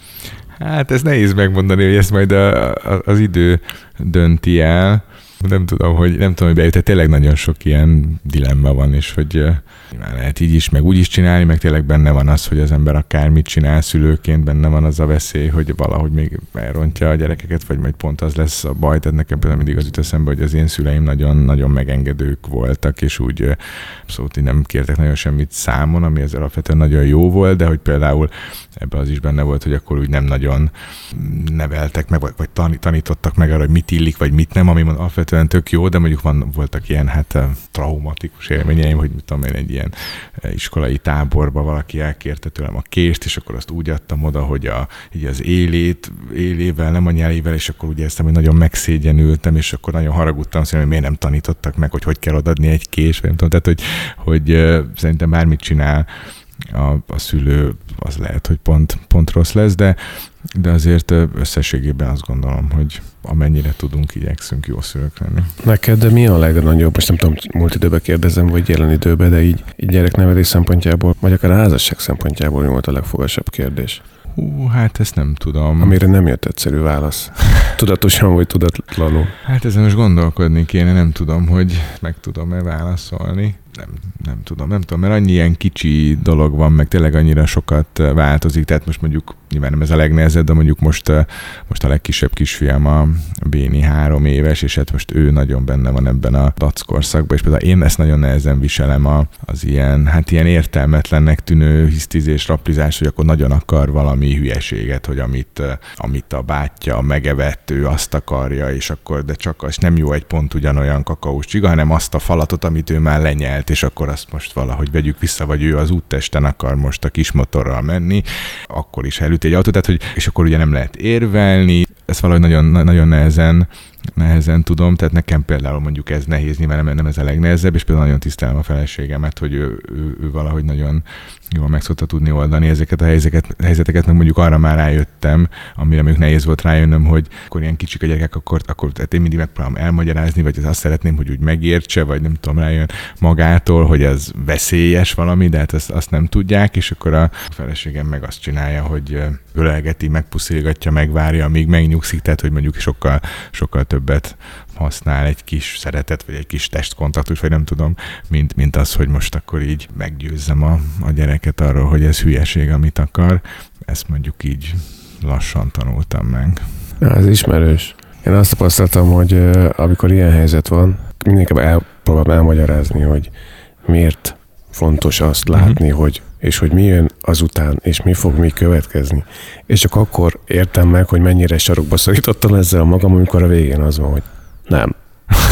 Hát ez nehéz megmondani, hogy ezt majd a, a, az idő dönti el. Nem tudom, hogy nem tudom, hogy bejött, tényleg nagyon sok ilyen dilemma van, és hogy már lehet így is, meg úgy is csinálni, meg tényleg benne van az, hogy az ember akármit csinál szülőként, benne van az a veszély, hogy valahogy még elrontja a gyerekeket, vagy majd pont az lesz a baj. Tehát nekem például mindig az jut eszembe, hogy az én szüleim nagyon-nagyon megengedők voltak, és úgy szóval nem kértek nagyon semmit számon, ami az alapvetően nagyon jó volt, de hogy például ebben az is benne volt, hogy akkor úgy nem nagyon neveltek meg, vagy, vagy tanítottak meg arra, hogy mit illik, vagy mit nem, ami alapvetően tök jó, de mondjuk van, voltak ilyen hát traumatikus élményeim, hogy mit tudom én, egy ilyen iskolai táborba valaki elkérte tőlem a kést, és akkor azt úgy adtam oda, hogy a, így az élét, élével, nem a nyelével, és akkor úgy éreztem, hogy nagyon megszégyenültem, és akkor nagyon haragudtam, szóval, hogy miért nem tanítottak meg, hogy hogy kell odaadni egy kést, vagy nem tudom, tehát, hogy, hogy szerintem bármit csinál A, a szülő, az lehet, hogy pont, pont rossz lesz, de, de azért összességében azt gondolom, hogy amennyire tudunk, igyekszünk jó szülők lenni. Neked de mi a legnagyobb, most nem tudom, múlt időben kérdezem, vagy jelen időben, de így, így gyereknevelés szempontjából, vagy akár a házasság szempontjából mi volt a legfogasabb kérdés? Hú, hát ezt nem tudom. Amire nem jött egyszerű válasz. Tudatosan vagy tudatlanul? Hát ezen most gondolkodni kéne, nem tudom, hogy meg tudom-e válaszolni. Nem, nem tudom, nem tudom, mert annyi ilyen kicsi dolog van, meg tényleg annyira sokat változik, tehát most mondjuk, nyilván nem ez a legnehezebb, de mondjuk most, most a legkisebb kisfiam a Béni három éves, és hát most ő nagyon benne van ebben a dackorszakban, és például én ezt nagyon nehezen viselem a, az ilyen, hát ilyen értelmetlennek tűnő hisztizés, raplizás, hogy akkor nagyon akar valami hülyeséget, hogy amit, amit a bátyja megevett, ő azt akarja, és akkor, de csak az nem jó egy pont ugyanolyan kakaós csiga, hanem azt a falatot, amit ő már lenyelt, és akkor azt most valahogy vegyük vissza, vagy ő az úttesten akar most a kis motorral menni, akkor is elüt egy autó, tehát hogy, és akkor ugye nem lehet érvelni, ezt valahogy nagyon, nagyon nehezen, nehezen tudom, tehát nekem például mondjuk ez nehéz, nyilván nem, nem ez a legnehezebb, és például nagyon tisztelem a feleségemet, hogy ő, ő, ő valahogy nagyon jól meg szokta tudni oldani ezeket a helyzeteket, helyzeteket, meg mondjuk arra már rájöttem, amire mondjuk nehéz volt rájönnöm, hogy akkor ilyen kicsik a gyerekek, akkor, akkor tehát én mindig megpróbálom elmagyarázni, vagy azt szeretném, hogy úgy megértse, vagy nem tudom, rájön magától, hogy ez veszélyes valami, de hát azt, azt nem tudják, és akkor a feleségem meg azt csinálja, hogy ölelgeti, megpuszilgatja, megvárja, amíg megnyugszik, tehát hogy mondjuk sokkal, sokkal többet használ egy kis szeretet, vagy egy kis testkontaktus, vagy nem tudom, mint, mint az, hogy most akkor így meggyőzzem a, a gyereket arról, hogy ez hülyeség, amit akar. Ezt mondjuk így lassan tanultam meg. Ez ismerős. Én azt tapasztaltam, hogy uh, amikor ilyen helyzet van, mindenképp elpróbálom elmagyarázni, hogy miért fontos azt látni, uh-huh. hogy és hogy mi jön azután, és mi fog még következni. És csak akkor értem meg, hogy mennyire sarokba szorítottam ezzel magam, amikor a végén az van, hogy nem.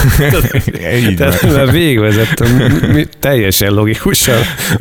Így Tehát már végigvezettem, mi, teljesen logikusan.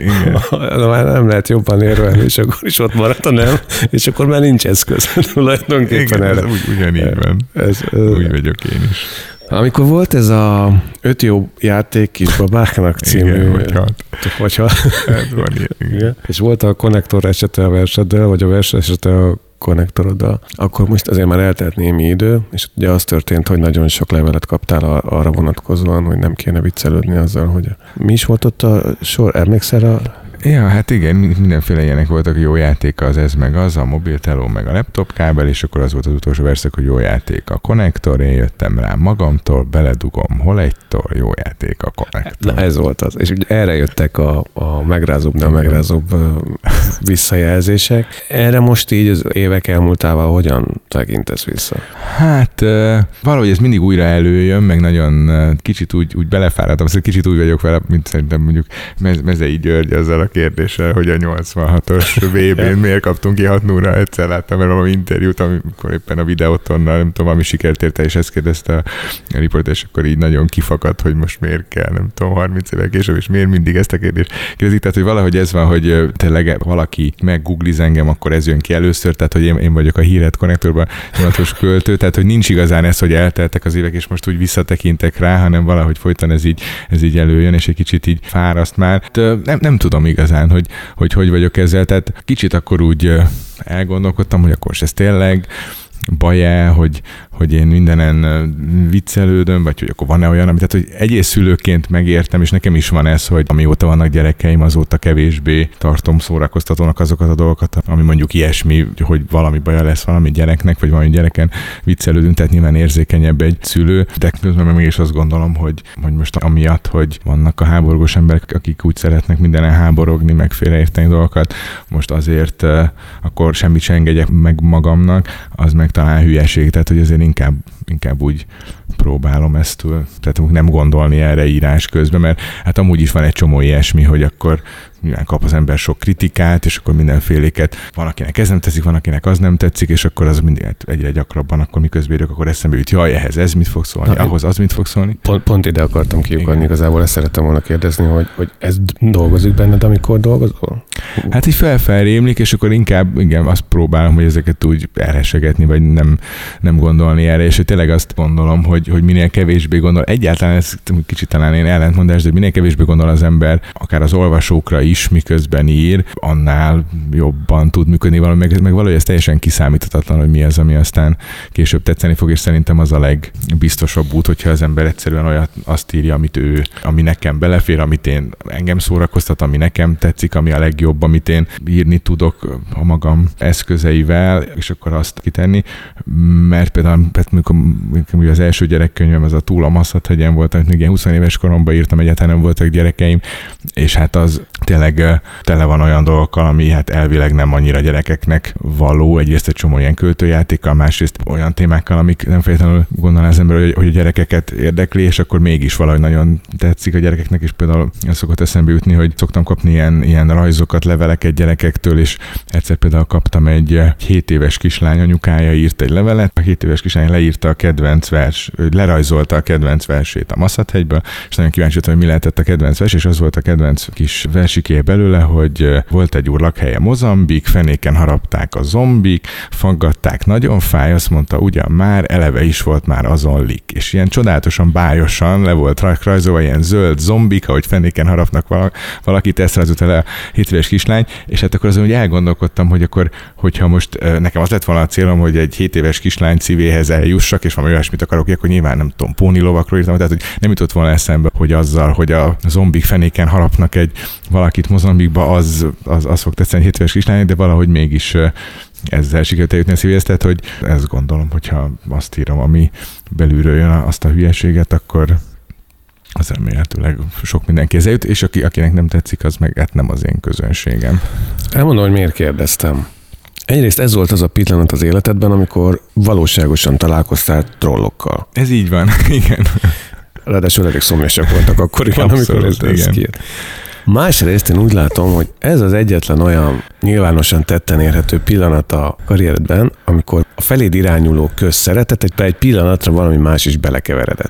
Már nem lehet jobban érvelni, és akkor is ott maradt a nem, és akkor már nincs eszköz tulajdonképpen igen, erre. Ez úgy, ugyanígy van. Ez, ez, úgy vagyok én is. Amikor volt ez a öt jó játék kisbabáknak című... Igen, vagy hat. Vagy hat. Ez van ilyen. Igen. És volt a konnektor esete a verseddel, vagy a vers esete a konnektoroddal, akkor most azért már eltelt némi idő, és ugye az történt, hogy nagyon sok levelet kaptál arra vonatkozóan, hogy nem kéne viccelődni azzal, hogy mi is volt ott a sor, emlékszel a... Ja, hát igen, mindenféle ilyenek voltak, jó játék az ez meg az, a mobilteló meg a laptop kábel, és akkor az volt az utolsó verszak, hogy jó játék a konnektor, én jöttem rá magamtól, beledugom hol egytől, jó játék a konnektor. Na ez volt az, és ugye erre jöttek a, a megrázóbb, nem megrázóbb visszajelzések. Erre most így az évek elmúltával hogyan tekintesz vissza? Hát valahogy ez mindig újra előjön, meg nagyon kicsit úgy, úgy belefáradtam, szóval kicsit úgy vagyok vele, mint szerintem mondjuk Mezei György azzal a kérdéssel, hogy a nyolcvanhatos vé bén miért kaptunk ki hat nulla, egyszer láttam el valami interjút, amikor éppen a videótonnal, nem tudom, valami sikert érte, és ezt kérdezte a riporter, és akkor így nagyon kifakadt, hogy most miért kell, nem tudom, harminc évvel később, és miért mindig ezt a kérdést kérdezik. Tehát, hogy valahogy ez van, hogy tényleg valaki meggoogliz engem, akkor ez jön ki először, tehát, hogy én, én vagyok a híret konnektorban nyolcas költő, tehát, hogy nincs igazán ez, hogy elteltek az évek, és most úgy visszatekintek rá, hanem valahogy folyton ez így, ez így előjön, és egy kicsit így fáraszt már. Nem, nem tudom igazán, hogy, hogy hogy vagyok ezzel, tehát kicsit akkor úgy elgondolkodtam, hogy akkor ez tényleg baj-e, hogy, hogy én mindenen viccelődöm, vagy hogy akkor van-e olyan, amit, tehát hogy egész szülőként megértem, és nekem is van ez, hogy amióta vannak gyerekeim, azóta kevésbé tartom szórakoztatónak azokat a dolgokat, ami mondjuk ilyesmi, hogy valami baja lesz valami gyereknek, vagy valami gyereken viccelődünk, tehát nyilván érzékenyebb egy szülő, de közben meg mégis azt gondolom, hogy, hogy most amiatt, hogy vannak a háborgós emberek, akik úgy szeretnek mindenen háborogni, meg félreérteni dolgokat, most azért uh, akkor semmit sem engedjek meg magamnak, az meg talán hülyeség, tehát hogy azért inkább, inkább úgy próbálom ezt, tehát nem gondolni erre írás közben, mert hát amúgy is van egy csomó ilyesmi, hogy akkor kap az ember sok kritikát, és akkor mindenféléket, van akinek ez nem tetszik, van akinek az nem tetszik, és akkor az mindig egyre gyakrabban, akkor miközben írok, akkor eszembe jut, jaj, ehhez ez mit fog szólni, na, ahhoz az mit fog szólni. Pont, pont ide akartam kiukadni, igazából ezt szerettem volna kérdezni, hogy, hogy ez dolgozik benned, amikor dolgozol? Hát így felfelrémlik, és akkor inkább igen, azt próbálom, hogy ezeket úgy elhessegetni, vagy nem, nem gondolni erre, és tényleg azt gondolom, hogy, hogy minél kevésbé gondol, egyáltalán ez kicsit talán én ellentmondás, de minél kevésbé gondol az ember, akár az olvasókra is, miközben ír, annál jobban tud működni valami, meg, meg valahogy ez teljesen kiszámíthatatlan, hogy mi az, ami aztán később tetszeni fog, és szerintem az a legbiztosabb út, hogyha az ember egyszerűen olyat azt írja, amit ő, ami nekem belefér, amit én engem szórakoztat, ami nekem tetszik, ami a legjobb, amit én írni tudok a magam eszközeivel, és akkor azt kitenni, mert például amikor az első gyerekkönyvem, az a Túl a Masszat-hegyen volt, amit még ilyen húsz éves koromban írtam, egyáltalán nem voltak gyerekeim, és hát az tényleg tele van olyan dolgokkal, ami hát elvileg nem annyira gyerekeknek való, egyrészt egy csomó ilyen költőjátékkal, másrészt olyan témákkal, amik nem feltétlenül gondolná az ember, hogy, hogy a gyerekeket érdekli, és akkor mégis valahogy nagyon tetszik a gyerekeknek, és például az szokott eszembe jutni, hogy szoktam kapni ilyen, ilyen rajzokat, leveleket gyerekektől, és egyszer például kaptam egy hét éves kislány, anyukája írt egy levelet, a hét éves kislány leírta a kedvenc vers, lerajzolta a kedvenc versét a Masszat-hegyből, és nagyon kíváncsi voltam, hogy mi lehetett a kedvenc vers, és az volt a kedvenc kis versiké belőle, hogy volt egy úr lakhelye Mozambik, fenéken harapták a zombik, faggatták, nagyon fáj, azt mondta, ugyan már, eleve is volt már azon lik. És ilyen csodálatosan bájosan le volt rajzolva ilyen zöld zombik, ahogy fenéken harapnak valakit, ezt rajzolta le a hét éves kislány, és hát akkor azon úgy elgondolkodtam, hogy akkor, hogyha most nekem az lett volna a célom, hogy egy hét éves kislány szívéhez eljussak, és valami olyasmit akarok, akkor nyilván nem tudom, pónilovakról írtam, tehát hogy nem jutott volna eszembe, hogy azzal, hogy a zombik fenéken harapnak egy valakit Mozambikba, az, az, az fog tetszeni hét éves kislány, de valahogy mégis ezzel sikerült eljutni a szívéhez, tehát hogy ezt gondolom, hogyha azt írom, ami belülről jön azt a hülyeséget, akkor az remélhetőleg sok mindenkihez eljut, és aki, akinek nem tetszik, az meg hát nem az én közönségem. Elmondom, hogy miért kérdeztem. Egyrészt ez volt az a pillanat az életedben, amikor valóságosan találkoztál trollokkal. Ez így van, igen. Ráadásul elég szomjasak voltak akkoriban, amikor ez, ez kijött. Másrészt én úgy látom, hogy ez az egyetlen olyan nyilvánosan tetten érhető pillanat a karrieredben, amikor a feléd irányuló közszeretet egy, egy pillanatra valami más is belekeveredett.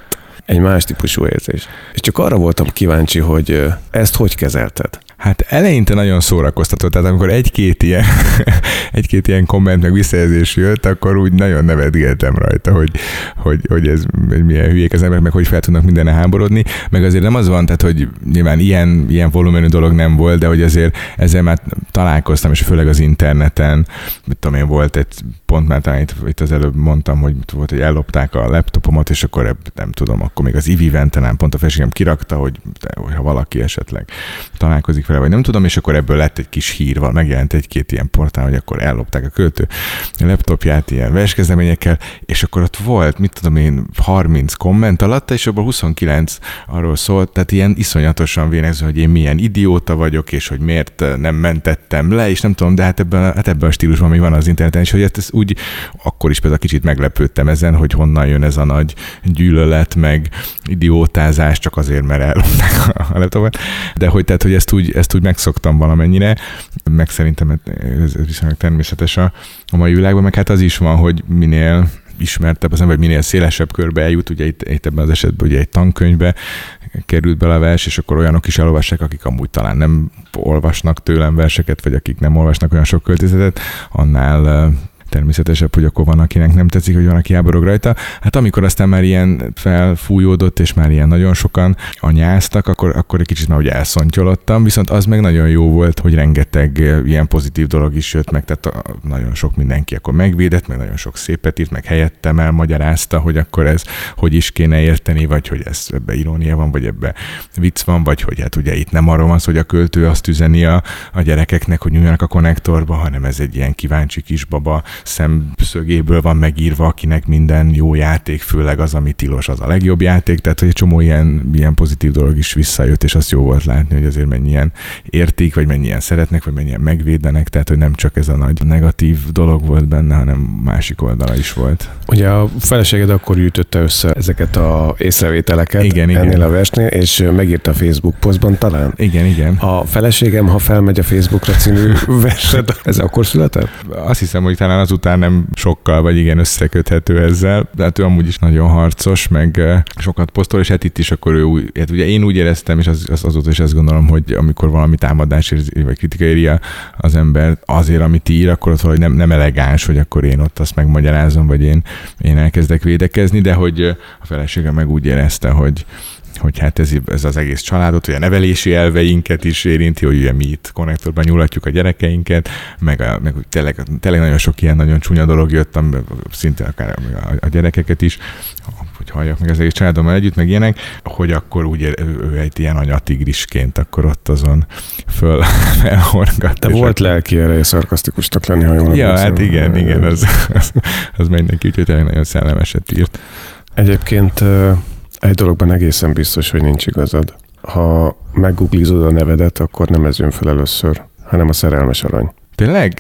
egy más típusú érzés. És csak arra voltam kíváncsi, hogy ezt hogy kezelted? Hát eleinte nagyon szórakoztató, tehát amikor egy-két ilyen, egy-két ilyen komment meg visszajelzés jött, akkor úgy nagyon nevetgéltem rajta, hogy, hogy, hogy ez hogy milyen hülyék az emberek, meg hogy fel tudnak mindenre háborodni, meg azért nem az van, tehát hogy nyilván ilyen, ilyen volumenű dolog nem volt, de hogy azért ezzel már találkoztam, és főleg az interneten, mit tudom én, volt egy pont már talán itt, itt az előbb mondtam, hogy volt, hogy ellopták a laptopomat, és akkor nem tudom, akkor még az i vé Venten pont a feleségem kirakta, hogy ha valaki esetleg találkozik vele, vagy nem tudom, és akkor ebből lett egy kis hír, megjelent egy-két ilyen portál, hogy akkor ellopták a költő a laptopját ilyen verskezdeményekkel, és akkor ott volt, mit tudom én, harminc komment alatta, és abban huszonkilenc arról szólt, tehát ilyen iszonyatosan vénező, hogy én milyen idióta vagyok, és hogy miért nem mentettem le, és nem tudom, de hát ebben, hát ebben a stílusban még van az interneten, és hogy ezt úgy akkor is például kicsit meglepődtem ezen, hogy honnan jön ez a nagy gyűlölet, meg idiótázás, csak azért, mert ellopták a laptopot, de hogy tehát, hogy ezt úgy, ezt úgy megszoktam valamennyire, meg szerintem ez viszonylag természetes a, a mai világban, meg hát az is van, hogy minél ismertebb az ember, vagy minél szélesebb körbe eljut, ugye itt, itt ebben az esetben ugye egy tankönyvbe került bele a vers, és akkor olyanok is elolvassák, akik amúgy talán nem olvasnak tőlem verseket, vagy akik nem olvasnak olyan sok költészetet, annál természetesebb, hogy akkor van, akinek nem tetszik, hogy van, aki háborog rajta. Hát amikor aztán már ilyen felfújódott, és már ilyen nagyon sokan anyáztak, akkor, akkor egy kicsit már ugye elszontyolottam, viszont az meg nagyon jó volt, hogy rengeteg ilyen pozitív dolog is jött meg, tehát nagyon sok mindenki akkor megvédett, meg nagyon sok szépet írt, meg helyettem elmagyarázta, hogy akkor ez hogy is kéne érteni, vagy hogy ez ebbe irónia van, vagy ebbe vicc van, vagy hogy hát ugye itt nem arról van szó, hogy a költő azt üzeni a, a gyerekeknek, hogy nyúljanak a konnektorba, hanem ez egy ilyen kíváncsi kisbaba szemszögéből van megírva, akinek minden jó játék, főleg az, ami tilos, az a legjobb játék, tehát hogy egy csomó ilyen, ilyen pozitív dolog is visszajött, és azt jó volt látni, hogy azért mennyien értik, vagy mennyien szeretnek, vagy mennyien megvédenek, tehát hogy nem csak ez a nagy negatív dolog volt benne, hanem másik oldala is volt. Ugye a feleséged akkor gyűjtötte össze ezeket a észrevételeket igen, ennél igen. a versnél, és megírta a Facebook posztban talán. Igen, igen. A feleségem, ha felmegy a Facebookra című versed, ez akkor született? Azt hiszem, hogy talán azután nem sokkal, vagy igen összeköthető ezzel, de hát ő amúgy is nagyon harcos, meg sokat posztol, és hát itt is akkor ő úgy, hát ugye én úgy éreztem, és az, az azóta is azt gondolom, hogy amikor valami támadás vagy kritika éri az ember azért, amit ír, akkor ott valahogy nem, nem elegáns, hogy akkor én ott azt megmagyarázom, vagy én, én elkezdek védekezni, de hogy a felesége meg úgy érezte, hogy hogy hát ez, ez az egész családot, hogy a nevelési elveinket is érinti, hogy ugye mi itt konnektorban nyúlatjuk a gyerekeinket, meg, a, meg tényleg, tényleg nagyon sok ilyen nagyon csúnya dolog jött, szinte akár a, a gyerekeket is, hogy halljak meg az egész családommal együtt, meg ilyenek, hogy akkor ugye ő, ő egy ilyen anyatigrisként akkor ott azon föl felhorgat. De volt akkor... lelki ereje szarkasztikusnak lenni, ha jól Ja, hát igen, igen, az, az, az megy neki, úgyhogy tényleg nagyon szellemeset írt. Egyébként egy dologban egészen biztos, hogy nincs igazad. Ha meggooglizod a nevedet, akkor nem ez jön fel először, hanem a szerelmes arany. Tényleg?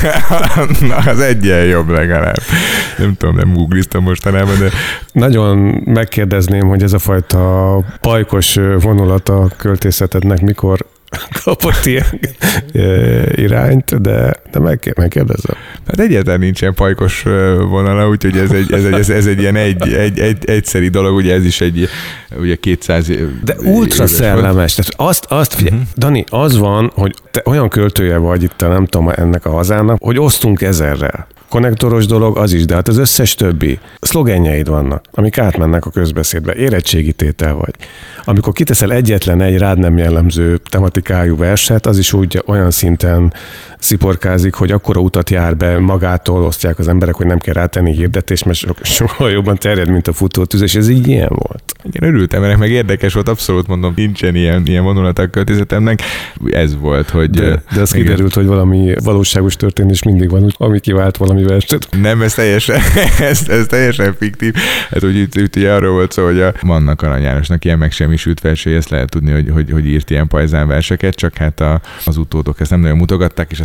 Na, az egyen jobb legalább. Nem tudom, nem googliztam mostanában, de... Nagyon megkérdezném, hogy ez a fajta pajkos vonulat a költészetednek mikor kapott ilyen irányt, de, de meg, megkérdezem. Hát egyáltalán nincsen pajkos vonala, úgyhogy ez egy, ez egy, ez, ez egy ilyen egy, egy, egy, egyszeri dolog, ugye ez is egy ugye kétszáz de ultra szellemes. Tehát azt, azt figyelj, uh-huh. Dani, az van, hogy te olyan költője vagy itt, nem tudom, ennek a hazának, hogy osztunk ezerrel. Konnektoros dolog az is, de hát az összes többi szlogenjeid vannak, amik átmennek a közbeszédbe. Érettségítétel vagy. Amikor kiteszel egyetlen egy rád nem jellemző tematikájú verset, az is úgy olyan szinten sziporkázik, hogy akkora utat jár be, magától osztják az emberek, hogy nem kell rátenni hirdetést, mert sokkal jobban terjed, mint a futótűz, és ez így ilyen volt. Igen, örültem, mert meg érdekes volt, abszolút mondom, nincsen ilyen, ilyen vonulata a költészetemnek. Ez volt, hogy... De, de az kiderült, hogy valami valóságos történés mindig van, ami kivált valami verset. Nem, ez teljesen, ez, ez teljesen fiktív. Hát úgy, úgy, úgy ugye arról volt szó, hogy a, vannak Arany Jánosnak ilyen megsemmisült versei, ezt lehet tudni, hogy, hogy, hogy írt ilyen pajzán verseket, csak hát a, az utódok ezt nem nagyon mutogatták, és aztán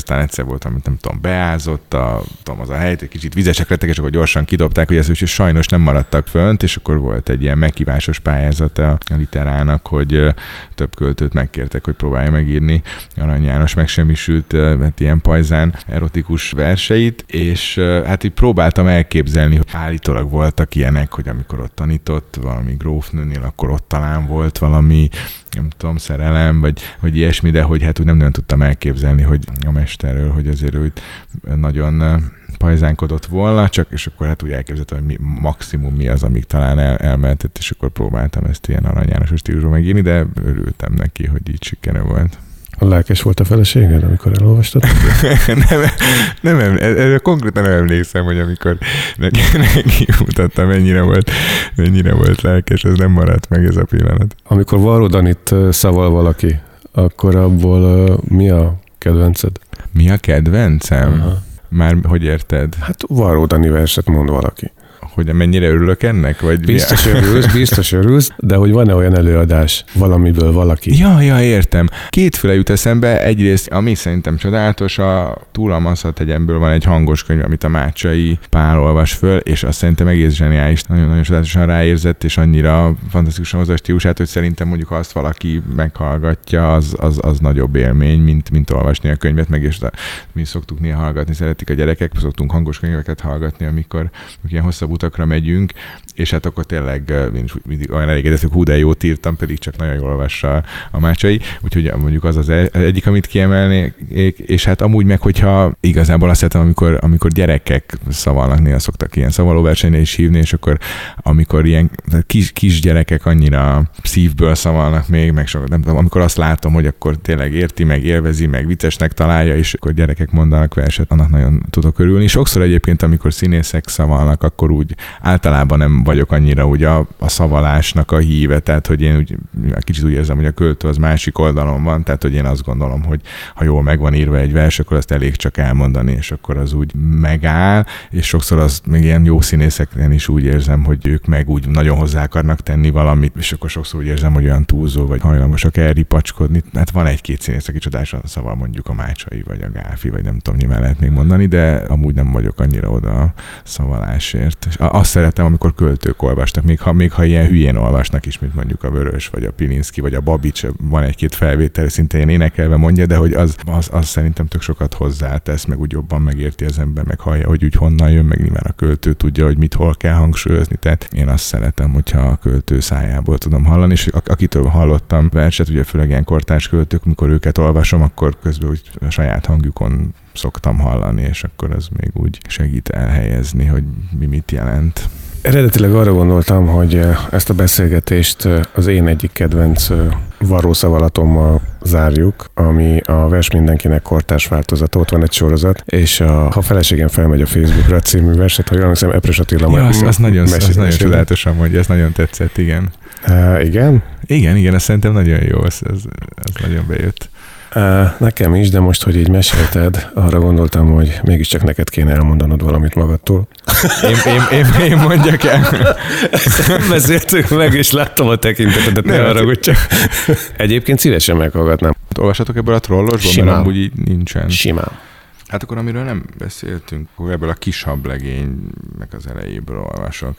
aztán egyszer volt, amit nem tudom, beázott a, tudom, az a hely, egy kicsit vizesek lettek, és akkor gyorsan kidobták, hogy ez is sajnos nem maradtak fönt, és akkor volt egy ilyen meghívásos pályázata a literának, hogy több költőt megkértek, hogy próbálja megírni Arany János megsemmisült, hát ilyen pajzán erotikus verseit, és hát így próbáltam elképzelni, hogy állítólag voltak ilyenek, hogy amikor ott tanított valami grófnőnél, akkor ott talán volt valami, nem tudom, szerelem, vagy, vagy ilyesmi, de hogy hát úgy nem nagyon tudtam elképzelni, hogy a mesterről, hogy azért ő nagyon pajzánkodott volna, csak és akkor hát úgy elképzeltem, hogy mi, maximum mi az, amíg talán el, elmehetett, és akkor próbáltam ezt ilyen Arany Jánosos stílusban megírni, de örültem neki, hogy így sikere volt. Lelkes volt a feleséged, amikor elolvastad? nem, nem, nem, erről konkrétan nem emlékszem, hogy amikor neki, neki mutattam, mennyire volt, mennyire volt lelkes, ez nem maradt meg ez a pillanat. Amikor Varró Danit szaval valaki, akkor abból uh, mi a kedvenced? Mi a kedvencem? Uh-huh. Már hogy érted? Hát Varró Dani verset mond valaki. Hogy mennyire örülök ennek? Vagy biztos örülsz, biztos örülsz, de hogy van-e olyan előadás valamiből valaki? Ja, ja, értem. Kétféle jut eszembe. Egyrészt, ami szerintem csodálatos, a Túlamaszat hegyemből van egy hangos könyv, amit a Mácsai Pál olvas föl, és azt szerintem egész zseniális, nagyon-nagyon csodálatosan ráérzett, és annyira fantasztikusan hozza a stílusát, hogy szerintem mondjuk, ha azt valaki meghallgatja, az, az, az nagyobb élmény, mint, mint olvasni a könyvet, meg és mi szoktuk néha hallgatni, szeretik a gyerekek, szoktunk hangos könyveket hallgatni, amikor ilyen hosszabb utakra megyünk, és hát akkor tényleg én is mindig olyan elégedett, hogy hú, de jót írtam, pedig csak nagyon jól olvassa a Mácsai, úgyhogy mondjuk az az egyik, amit kiemelnék, és hát amúgy meg, hogyha igazából azt szeretem, amikor, amikor gyerekek szavalnak, néha szoktak ilyen szavalóversenyre is hívni, és akkor amikor ilyen kis, kis gyerekek annyira szívből szavalnak még, meg sok, nem tudom, amikor azt látom, hogy akkor tényleg érti, meg élvezi, meg viccesnek találja, és akkor gyerekek mondanak verset, annak nagyon tudok örülni. Sokszor egyébként, amikor színészek szavalnak, akkor úgy általában nem vagyok annyira úgy a, a szavalásnak a híve, tehát hogy én úgy, kicsit úgy érzem, hogy a költő az másik oldalon van, tehát hogy én azt gondolom, hogy ha jól meg van írva egy vers, akkor azt elég csak elmondani, és akkor az úgy megáll, és sokszor az még ilyen jó színészeknél is úgy érzem, hogy ők meg úgy nagyon hozzá akarnak tenni valamit, és akkor sokszor úgy érzem, hogy olyan túlzó, vagy hajlamosak elripacskodni. Hát van egy-két színész, aki csodálasan szaval, mondjuk a Mácsai, vagy a Gálfi, vagy nem tudom, nyilván lehet még mondani, de amúgy nem vagyok annyira oda a szavalásért. És azt szeretem, amikor költők olvasnak, még ha, még ha ilyen hülyén olvasnak is, mint mondjuk a Vörös, vagy a Pilinszky, vagy a Babics, van egy-két felvétel, szinte ilyen énekelve mondja, de hogy az, az, az szerintem tök sokat hozzátesz, meg úgy jobban megérti az ember, meg hallja, hogy úgy honnan jön, meg nyilván a költő tudja, hogy mit hol kell hangsúlyozni. Tehát én azt szeretem, hogyha a költő szájából tudom hallani, és akitől hallottam verset, ugye főleg ilyen kortárs költők, mikor őket olvasom, akkor közben úgy a saját hangjukon szoktam hallani, és akkor az még úgy segít elhelyezni, hogy mi mit jelent. Eredetileg arra gondoltam, hogy ezt a beszélgetést az én egyik kedvenc varrószavalatommal zárjuk, ami a Vers mindenkinek kortárs változata, ott van egy sorozat, és a, ha feleségem felmegy a Facebookra című verset, ha jól emlékszem, Epres Attila ja, az, az nagyon, az nagyon csodálatosan mondja, ez nagyon tetszett, igen. Uh, igen? Igen, igen, azt szerintem nagyon jó, az, az, az nagyon bejött. Uh, nekem is, de most, hogy így mesélted, arra gondoltam, hogy mégiscsak neked kéne elmondanod valamit magadtól. Én, én, én, én mondjak el. Ezt nem beszéltünk meg, és láttam a tekintetedet, ne arra, hogy csak. Egyébként szívesen meghallgatnám. Olvassatok ebből a trollosból, Simán. mert amúgy így nincsen. Simán. Hát akkor amiről nem beszéltünk, akkor ebből a kis hablegénynek az elejéből olvasok.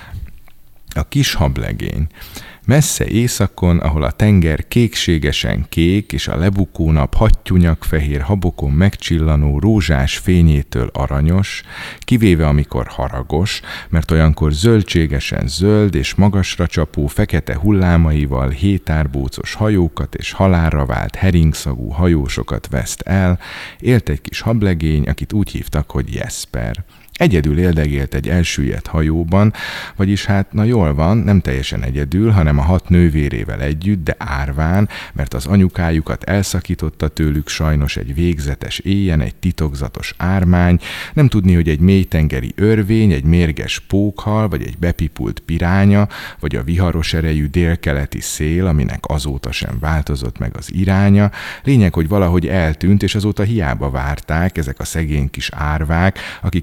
A kis hablegény. Messze északon, ahol a tenger kékségesen kék, és a lebukó nap hattyúnyak fehér habokon megcsillanó rózsás fényétől aranyos, kivéve amikor haragos, mert olyankor zöldségesen zöld és magasra csapó fekete hullámaival hétárbócos hajókat és halálra vált heringszagú hajósokat veszt el, élt egy kis hablegény, akit úgy hívtak, hogy Jesper. Egyedül éldegélt egy elsüllyedt hajóban, vagyis hát, na jól van, nem teljesen egyedül, hanem a hat nővérével együtt, de árván, mert az anyukájukat elszakította tőlük sajnos egy végzetes éjjen egy titokzatos ármány, nem tudni, hogy egy mélytengeri örvény, egy mérges pókhal, vagy egy bepipult piránya, vagy a viharos erejű délkeleti szél, aminek azóta sem változott meg az iránya. Lényeg, hogy valahogy eltűnt, és azóta hiába várták ezek a szegény kis árvák, akik közül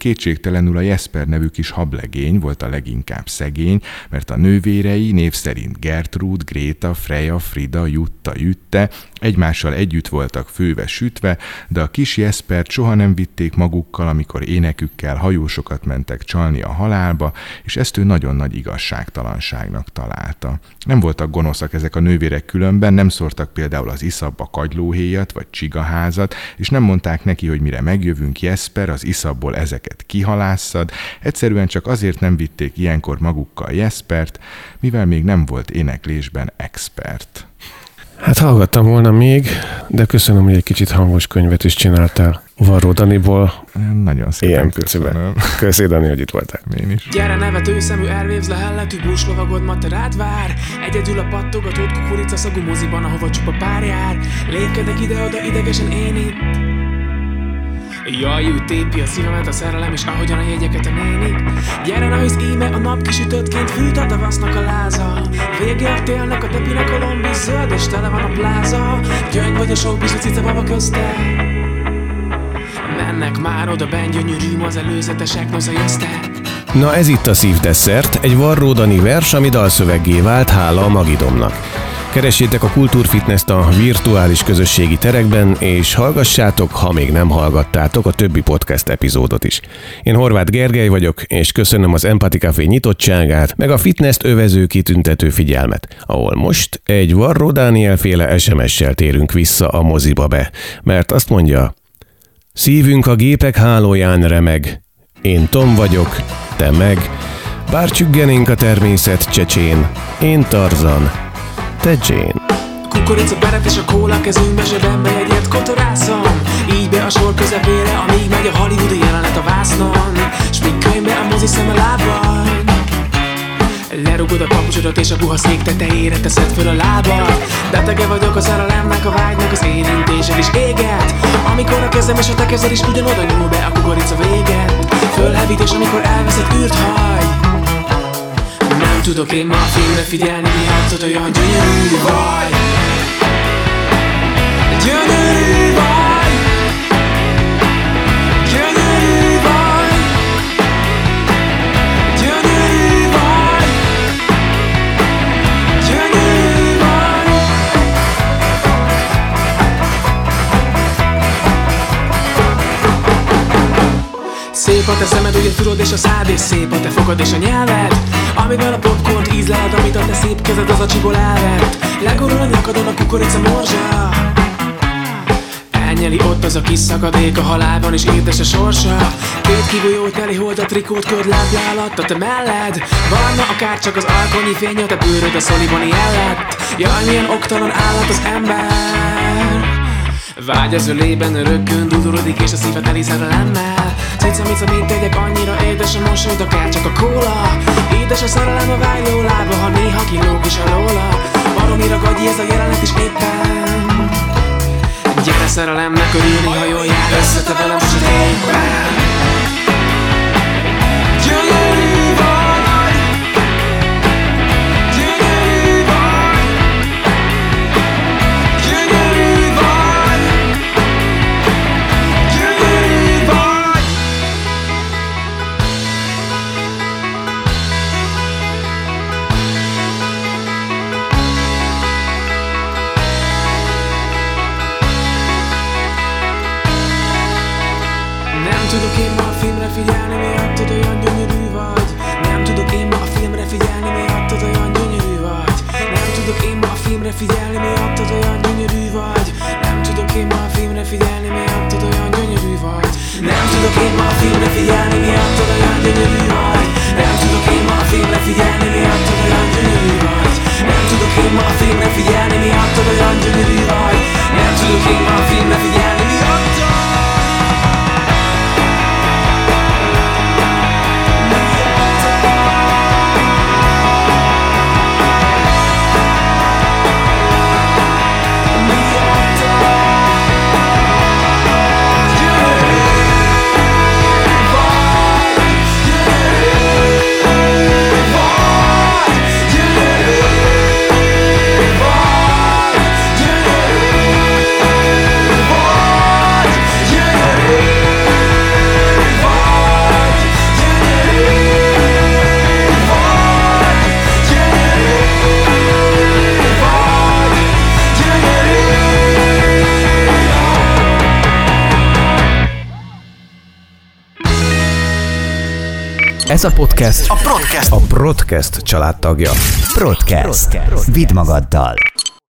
kétségtelenül a Jesper nevű kis hablegény volt a leginkább szegény, mert a nővérei név szerint Gertrud, Gréta, Freja, Frida, Jutta, Jütte egymással együtt voltak főve sütve, de a kis Jespert soha nem vitték magukkal, amikor énekükkel hajósokat mentek csalni a halálba, és ezt ő nagyon nagy igazságtalanságnak találta. Nem voltak gonoszak ezek a nővérek különben, nem szórtak például az iszapba kagylóhéjat vagy csigaházat, és nem mondták neki, hogy mire megjövünk, Jesper, az iszapból ezeket kihalásszad, egyszerűen csak azért nem vitték ilyenkor magukkal Jespert, mivel még nem volt éneklésben expert. Hát hallgattam volna még, de köszönöm, hogy egy kicsit hangos könyvet is csináltál. Varró Daniból. Nagyon szépen ilyen piciben. Köszi, Dani, hogy itt voltál. Én is. Gyere, nevető szemű, elvévz lehelletű búslovagod, ma te rád vár. Egyedül a pattogatott kukorica szagú moziban, ahova csupa pár jár. Lépkedek ide-oda idegesen én itt. Jaj, úgy tépi a szívemet a szerelem, és ahogyan a jegyeket a nénik. Gyere, na hisz íme a nap kisütöttként fűt a tavasznak a láza. Vége a télnek, a tepinek a lombi zöld, és tele van a pláza. Gyöngy vagy a sok bizony cica baba közte. Mennek már oda benn, gyönyörűm az előzetesek, noza jöszte. Na ez itt a Szívdesszert, egy Varró Dani vers, ami dalszöveggé vált, hála a Magidomnak. Keressétek a Kultúrfitness-t a virtuális közösségi terekben, és hallgassátok, ha még nem hallgattátok, a többi podcast epizódot is. Én Horváth Gergely vagyok, és köszönöm az Empathy Café nyitottságát, meg a fitness-t övező kitüntető figyelmet, ahol most egy Varró Dániel féle es em es-sel térünk vissza a moziba be, mert azt mondja: szívünk a gépek hálóján remeg, én Tom vagyok, te meg, bár csüggenénk a természet csecsén, én Tarzan, te Jane. Kukorica, beret és a kóla kezünkbe, zsebembe jegyet kotorászom. Így be a sor közepére, amíg megy a hollywoodi jelenet a vásznon. Spikkönyvbe a mozi szeme lábban. Lerugod a papucsodat és a buha szék tetejére teszed föl a lábad. Betege vagyok a szerelemnek, a vágynak, az érintésed is éget. Amikor a kezem és a te kezed is ugyanoda nyúl be a kukorica véget. Fölhevítés, amikor elveszed űrt hagy. Nem tudok én ma a filmre figyelni, miattad olyan gyönyörű vagy. Gyönyörű vagy. Gyönyörű vagy. Gyönyörű vagy. Gyönyörű vagy. Szép a te szemed, ugye tudod, és a szád, és szép a te fogad és a nyelved. Amiben a popcornt ízleled, amit a te szép kezed az a csiból elvett. Legorul a nyakadon a kukorica morzsa. Elnyeli ott az a kis szakadék a halálban, és édes a sorsa. Két kigolyó teli hold a trikót ködlámpja alatt a te melled. Barna akár csak az alkonyi fény, a te bőröd a szolibani ellett. Jaj, milyen oktalan állat az ember. Vágy az ölében örökkön dudorodik, és a szíved teli szerelemmel. Cica-mica, mint tegyek, annyira édes a mosolyod, akár csak a kóla. Édes a szerelem a vágyó lába, ha néha kilóg is alóla. Baromira gagyi ez a jelenet is éppen. Gyere szerelemnek örülni, hajoljál össze te velem sötétben. Gyönyörű vagy. Gyönyörű vagy. Gyönyörű vagy. Gyönyörű vagy. Nem tudok én ma a filmre figyelni, miattad olyan gyönyörű vagy. Nem tudok én ma a filmre figyelni, miattad olyan gyönyörű vagy. Nem tudok én ma a filmre figyelni, miattad olyan gyönyörű vagy. Nem tudok én ma a filmre figyelni, miattad olyan gyönyörű vagy. Nem tudok én ma a filmre figyelni, miattad olyan gyönyörű vagy. Nem tudok én ma a filmre figyelni, miattad olyan gyönyörű vagy. Nem tudok én ma a filmre figyelni, miattad olyan gyönyörű vagy. Nem tudok én ma a filmre figyelni, miattad. Vagy. Ez a podcast a Podcast, a Podcast családtagja. Podcast. Vidd magaddal.